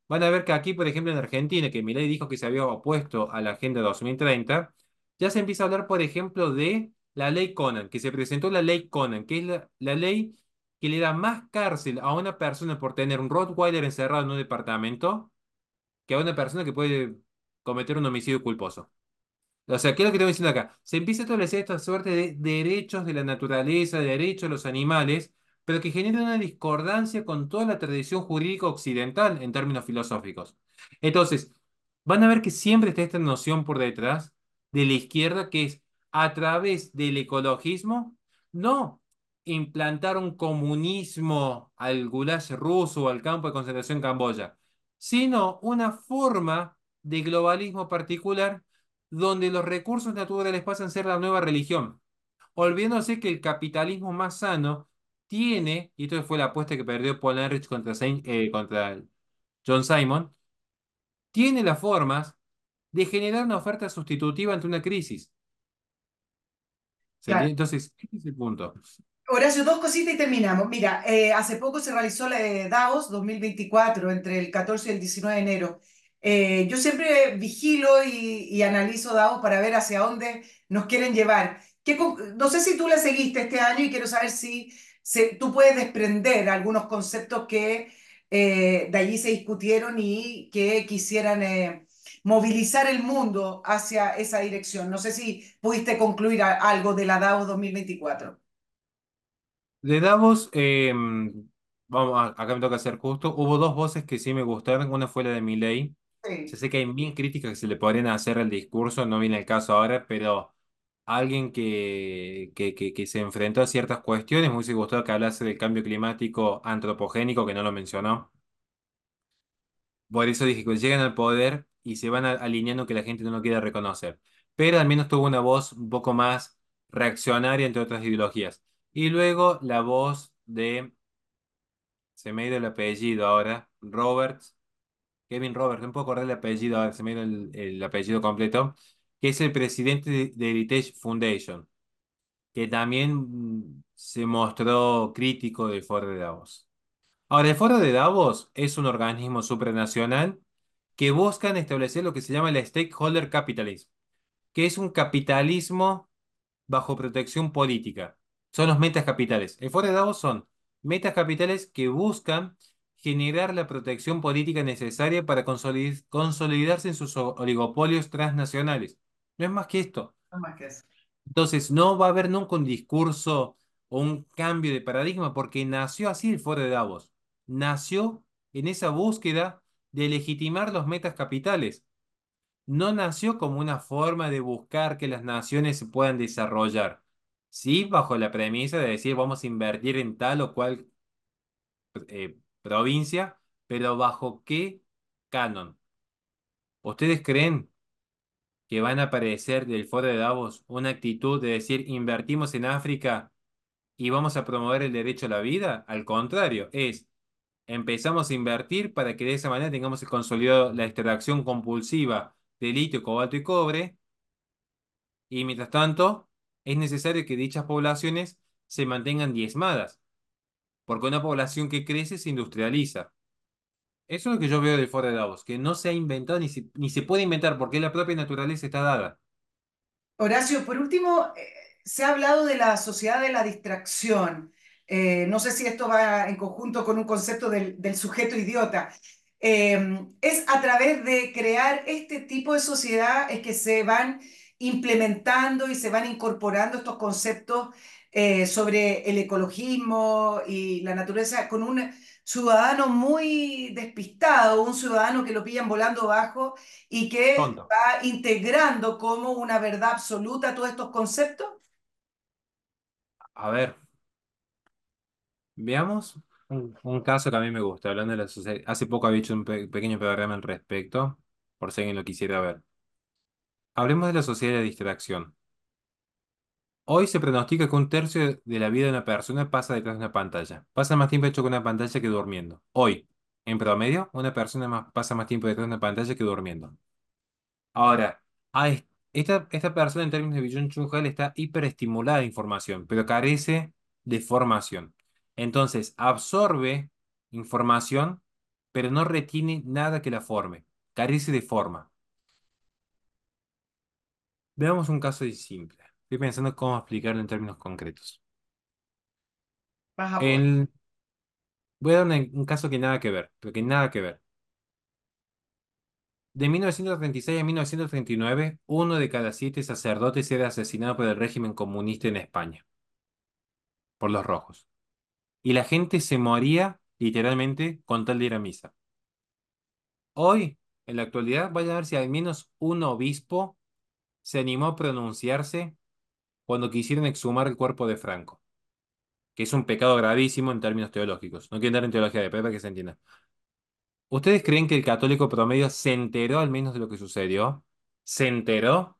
van a ver que aquí, por ejemplo, en Argentina, que Milei dijo que se había opuesto a la Agenda dos mil treinta, ya se empieza a hablar, por ejemplo, de la ley Conan, que se presentó la ley Conan, que es la, la ley que le da más cárcel a una persona por tener un Rottweiler encerrado en un departamento que a una persona que puede cometer un homicidio culposo. O sea, ¿qué es lo que estoy diciendo acá? Se empieza a establecer esta suerte de derechos de la naturaleza, de derechos de los animales, pero que generan una discordancia con toda la tradición jurídica occidental en términos filosóficos. Entonces, van a ver que siempre está esta noción por detrás de la izquierda que es a través del ecologismo, no implantar un comunismo al Gulag ruso o al campo de concentración en Camboya, sino una forma de globalismo particular donde los recursos naturales pasan a ser la nueva religión, olvidándose que el capitalismo más sano tiene, y esto fue la apuesta que perdió Paul Ehrlich contra, Sain- eh, contra John Simon, tiene las formas de generar una oferta sustitutiva ante una crisis. ¿Se entiende? Claro. Entonces, este es el punto. Horacio, dos cositas y terminamos. Mira, eh, hace poco se realizó la de Davos dos mil veinticuatro, entre el catorce y el diecinueve de enero. Eh, yo siempre vigilo y, y analizo Davos para ver hacia dónde nos quieren llevar. ¿Qué con- no sé si tú la seguiste este año y quiero saber si se- tú puedes desprender algunos conceptos que eh, de allí se discutieron y que quisieran eh, movilizar el mundo hacia esa dirección. No sé si pudiste concluir a- algo de la Davos dos mil veinticuatro. De Davos, eh, vamos, a- acá me toca ser justo. Hubo dos voces que sí me gustaron. Una fue la de Milei. Se Sí. sé que hay mil críticas que se le podrían hacer al discurso, no viene el caso ahora, pero alguien que, que, que, que se enfrentó a ciertas cuestiones, me hubiese gustado que hablase del cambio climático antropogénico, que no lo mencionó. Por eso dije que llegan al poder y se van a- alineando que la gente no lo quiere reconocer. Pero al menos tuvo una voz un poco más reaccionaria entre otras ideologías. Y luego la voz de, se me ha ido el apellido ahora, Roberts, Kevin Roberts, no puedo acordar el apellido ahora, se me ha ido el, el apellido completo, que es el presidente de, de Heritage Foundation, que también mm, se mostró crítico del Foro de Davos. Ahora, el Foro de Davos es un organismo supranacional que buscan establecer lo que se llama el stakeholder capitalism, que es un capitalismo bajo protección política. Son los metas capitales. El Foro de Davos son metas capitales que buscan generar la protección política necesaria para consolid- consolidarse en sus o- oligopolios transnacionales. No es más que esto. No más que eso. Entonces, no va a haber nunca un discurso o un cambio de paradigma porque nació así el Foro de Davos. Nació en esa búsqueda de legitimar los metas capitales. No nació como una forma de buscar que las naciones se puedan desarrollar. Sí, bajo la premisa de decir vamos a invertir en tal o cual eh, provincia, pero ¿bajo qué canon? ¿Ustedes creen que van a aparecer del Foro de Davos una actitud de decir invertimos en África y vamos a promover el derecho a la vida? Al contrario, es empezamos a invertir para que de esa manera tengamos consolidado la extracción compulsiva de litio, cobalto y cobre, y mientras tanto es necesario que dichas poblaciones se mantengan diezmadas, porque una población que crece se industrializa. Eso es lo que yo veo del Foro de Davos, que no se ha inventado ni se, ni se puede inventar porque la propia naturaleza está dada. Horacio, por último, eh, se ha hablado de la sociedad de la distracción. Eh, no sé si esto va en conjunto con un concepto del, del sujeto idiota. Eh, es a través de crear este tipo de sociedad es que se van implementando y se van incorporando estos conceptos eh, sobre el ecologismo y la naturaleza con un ciudadano muy despistado, un ciudadano que lo pillan volando bajo y que Tonto. va integrando como una verdad absoluta todos estos conceptos. A ver, veamos un, un caso que a mí me gusta, hablando de la sociedad. Hace poco había hecho un pe- pequeño programa al respecto, por si alguien lo quisiera ver. Hablemos de la sociedad de la distracción. Hoy se pronostica que un tercio de la vida de una persona pasa detrás de una pantalla. Pasa más tiempo hecho con una pantalla que durmiendo. Hoy, en promedio, una persona más- pasa más tiempo detrás de una pantalla que durmiendo. Ahora, a es- esta, esta persona en términos de Byung-Chul está hiperestimulada de información, pero carece de formación. Entonces, absorbe información pero no retiene nada que la forme, carece de forma. Veamos un caso simple. Estoy pensando cómo explicarlo en términos concretos. Vas a poder. El- Voy a dar un, un caso que nada que ver, pero que nada que ver. De mil novecientos treinta y seis a mil novecientos treinta y nueve, uno de cada siete sacerdotes era asesinado por el régimen comunista en España, por los rojos. Y la gente se moría literalmente con tal de ir a misa. Hoy, en la actualidad, vaya a ver si al menos un obispo se animó a pronunciarse cuando quisieron exhumar el cuerpo de Franco, que es un pecado gravísimo en términos teológicos. No quiero entrar en teología de pero para que se entienda. ¿Ustedes creen que el católico promedio se enteró al menos de lo que sucedió? ¿Se enteró?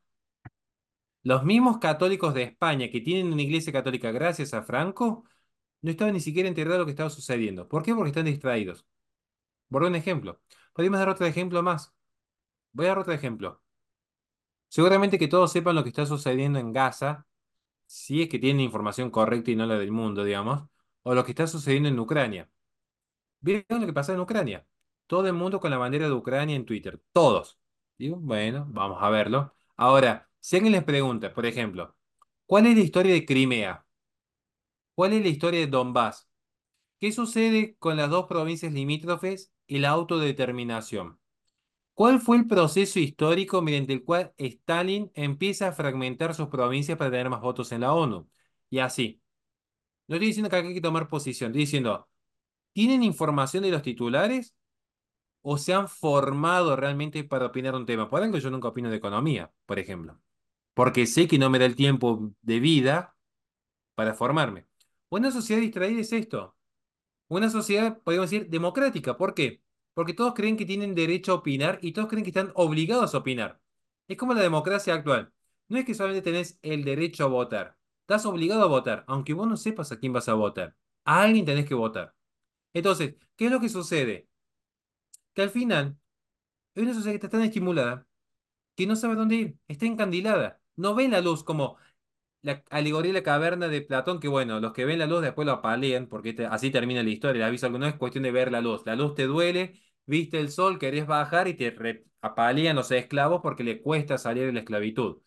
Los mismos católicos de España que tienen una iglesia católica gracias a Franco no estaban ni siquiera enterados de lo que estaba sucediendo. ¿Por qué? Porque están distraídos. Por un ejemplo. Podemos dar otro ejemplo más. Voy a dar otro ejemplo. Seguramente que todos sepan lo que está sucediendo en Gaza, si es que tienen información correcta y no la del mundo, digamos, o lo que está sucediendo en Ucrania. ¿Vieron lo que pasa en Ucrania? Todo el mundo con la bandera de Ucrania en Twitter. Todos. Digo, bueno, vamos a verlo. Ahora, si alguien les pregunta, por ejemplo, ¿cuál es la historia de Crimea? ¿Cuál es la historia de Donbass? ¿Qué sucede con las dos provincias limítrofes y la autodeterminación? ¿Cuál fue el proceso histórico mediante el cual Stalin empieza a fragmentar sus provincias para tener más votos en la ONU? Y así. No estoy diciendo que acá hay que tomar posición, estoy diciendo, ¿tienen información de los titulares o se han formado realmente para opinar un tema? Por ejemplo, yo nunca opino de economía, por ejemplo, porque sé que no me da el tiempo de vida para formarme. Una sociedad distraída es esto. Una sociedad, podríamos decir, democrática. ¿Por qué? Porque todos creen que tienen derecho a opinar y todos creen que están obligados a opinar. Es como la democracia actual. No es que solamente tenés el derecho a votar. Estás obligado a votar, aunque vos no sepas a quién vas a votar. A alguien tenés que votar. Entonces, ¿qué es lo que sucede? Que al final, hay una sociedad que está tan estimulada que no sabe dónde ir. Está encandilada. No ve la luz como la alegoría de la caverna de Platón, que bueno, los que ven la luz después lo apalean, porque este- así termina la historia. Le aviso alguna vez, es cuestión de ver la luz. La luz te duele, viste el sol, querés bajar y te re- apalean los esclavos porque le cuesta salir de la esclavitud.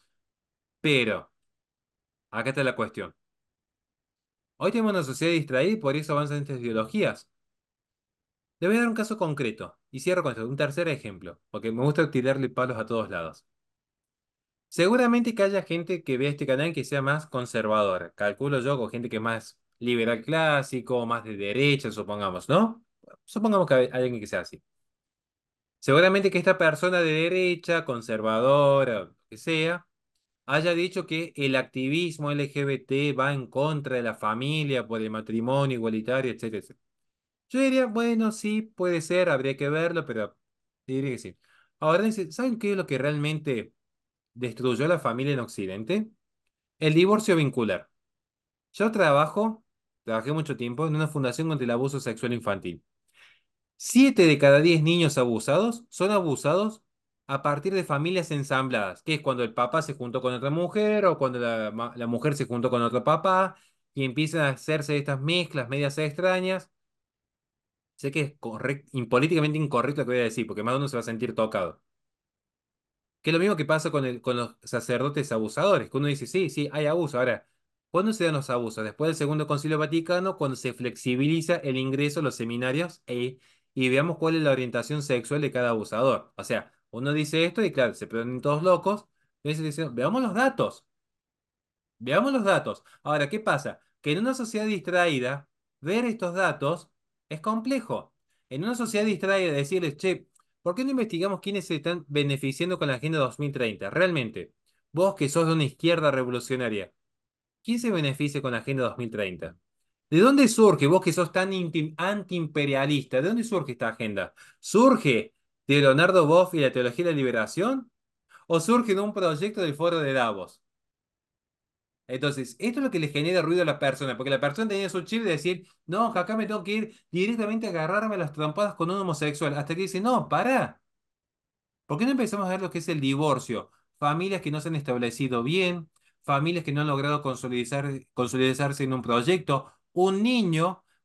Pero, acá está la cuestión. Hoy tenemos una sociedad distraída y por eso avanzan estas ideologías. Le voy a dar un caso concreto y cierro con esto, un tercer ejemplo, porque me gusta tirarle palos a todos lados. Seguramente que haya gente que vea este canal que sea más conservadora. Calculo yo con gente que es más liberal clásico, más de derecha, supongamos, ¿no? Supongamos que hay alguien que sea así. Seguramente que esta persona de derecha, conservadora, lo que sea, haya dicho que el activismo L G B T va en contra de la familia por el matrimonio igualitario, etcétera, etcétera. Yo diría, bueno, sí, puede ser, habría que verlo, pero diría que sí. Ahora, dice, ¿saben qué es lo que realmente destruyó a la familia en Occidente? El divorcio vincular. Yo trabajo, trabajé mucho tiempo en una fundación contra el abuso sexual infantil. Siete de cada diez niños abusados son abusados a partir de familias ensambladas, que es cuando el papá se juntó con otra mujer o cuando la, ma- la mujer se juntó con otro papá y empiezan a hacerse estas mezclas medias extrañas. Sé que es correct- políticamente incorrecto lo que voy a decir, porque más de uno se va a sentir tocado. Que es lo mismo que pasa con, el, con los sacerdotes abusadores, que uno dice, sí, sí, hay abuso. Ahora, ¿cuándo se dan los abusos? Después del Segundo Concilio Vaticano, cuando se flexibiliza el ingreso a los seminarios e- y veamos cuál es la orientación sexual de cada abusador. O sea, uno dice esto y claro, se ponen todos locos. Entonces dicen, veamos los datos. Veamos los datos. Ahora, ¿qué pasa? Que en una sociedad distraída, ver estos datos es complejo. En una sociedad distraída, decirles, che, ¿por qué no investigamos quiénes se están beneficiando con la Agenda dos mil treinta? Realmente, vos que sos de una izquierda revolucionaria, ¿quién se beneficia con la Agenda dos mil treinta? ¿De dónde surge, vos que sos tan inti- antiimperialista, de dónde surge esta agenda? ¿Surge de Leonardo Boff y la teología de la liberación? ¿O surge de un proyecto del Foro de Davos? Entonces, esto es lo que le genera ruido a la persona, porque la persona tenía su chip de decir, no, acá me tengo que ir directamente a agarrarme a las trompadas con un homosexual, hasta que dice, no, pará, ¿por qué no empezamos a ver lo que es el divorcio? Familias que no se han establecido bien, familias que no han logrado consolidar, consolidarse en un proyecto, un niño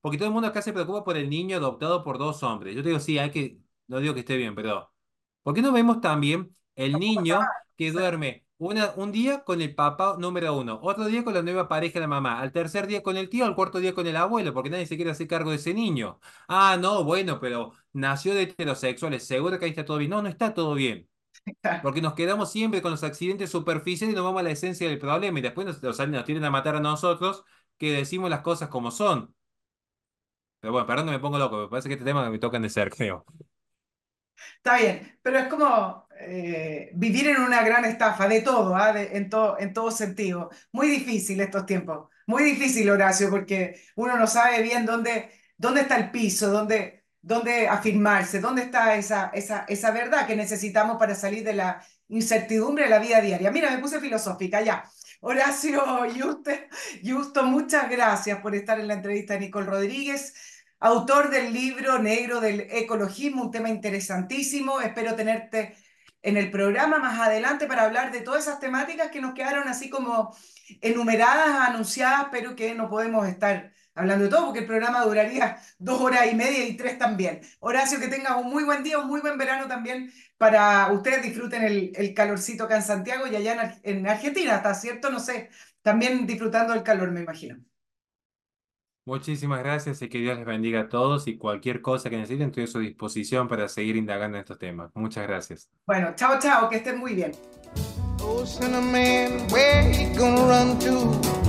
porque todo el mundo acá se preocupa por el niño adoptado por dos hombres. Yo te digo, sí, hay que, no digo que esté bien, pero ¿por qué no vemos también el niño que duerme una, un día con el papá número uno, otro día con la nueva pareja de la mamá, al tercer día con el tío, al cuarto día con el abuelo, porque nadie se quiere hacer cargo de ese niño? Ah, no, bueno, pero nació de heterosexuales, seguro que ahí está todo bien. No, no está todo bien. Porque nos quedamos siempre con los accidentes superficiales y nos vamos a la esencia del problema y después nos, o sea, nos tienen a matar a nosotros que decimos las cosas como son. Pero bueno, perdón que me pongo loco, me parece que este tema me tocan de cerca, creo. Está bien, pero es como eh, vivir en una gran estafa, de todo, ¿ah? De- en todo, en todo sentido. Muy difícil estos tiempos, muy difícil, Horacio, porque uno no sabe bien dónde, dónde está el piso, dónde, dónde afirmarse, dónde está esa, esa, esa verdad que necesitamos para salir de la incertidumbre de la vida diaria. Mira, me puse filosófica ya. Horacio Justo, Justo, muchas gracias por estar en la entrevista de Nicole Rodríguez, autor del libro Negro del Ecologismo, un tema interesantísimo. Espero tenerte en el programa más adelante para hablar de todas esas temáticas que nos quedaron así como enumeradas, anunciadas, pero que no podemos estar hablando de todo porque el programa duraría dos horas y media y tres también. Horacio, que tengas un muy buen día, un muy buen verano también para ustedes. Disfruten el, el calorcito acá en Santiago y allá en, en Argentina, ¿está cierto? No sé, también disfrutando del calor, me imagino. Muchísimas gracias y que Dios les bendiga a todos y cualquier cosa que necesiten, estoy a su disposición para seguir indagando en estos temas. Muchas gracias. Bueno, chao, chao, que estén muy bien. Oh, Cinnamon, where you gonna run to?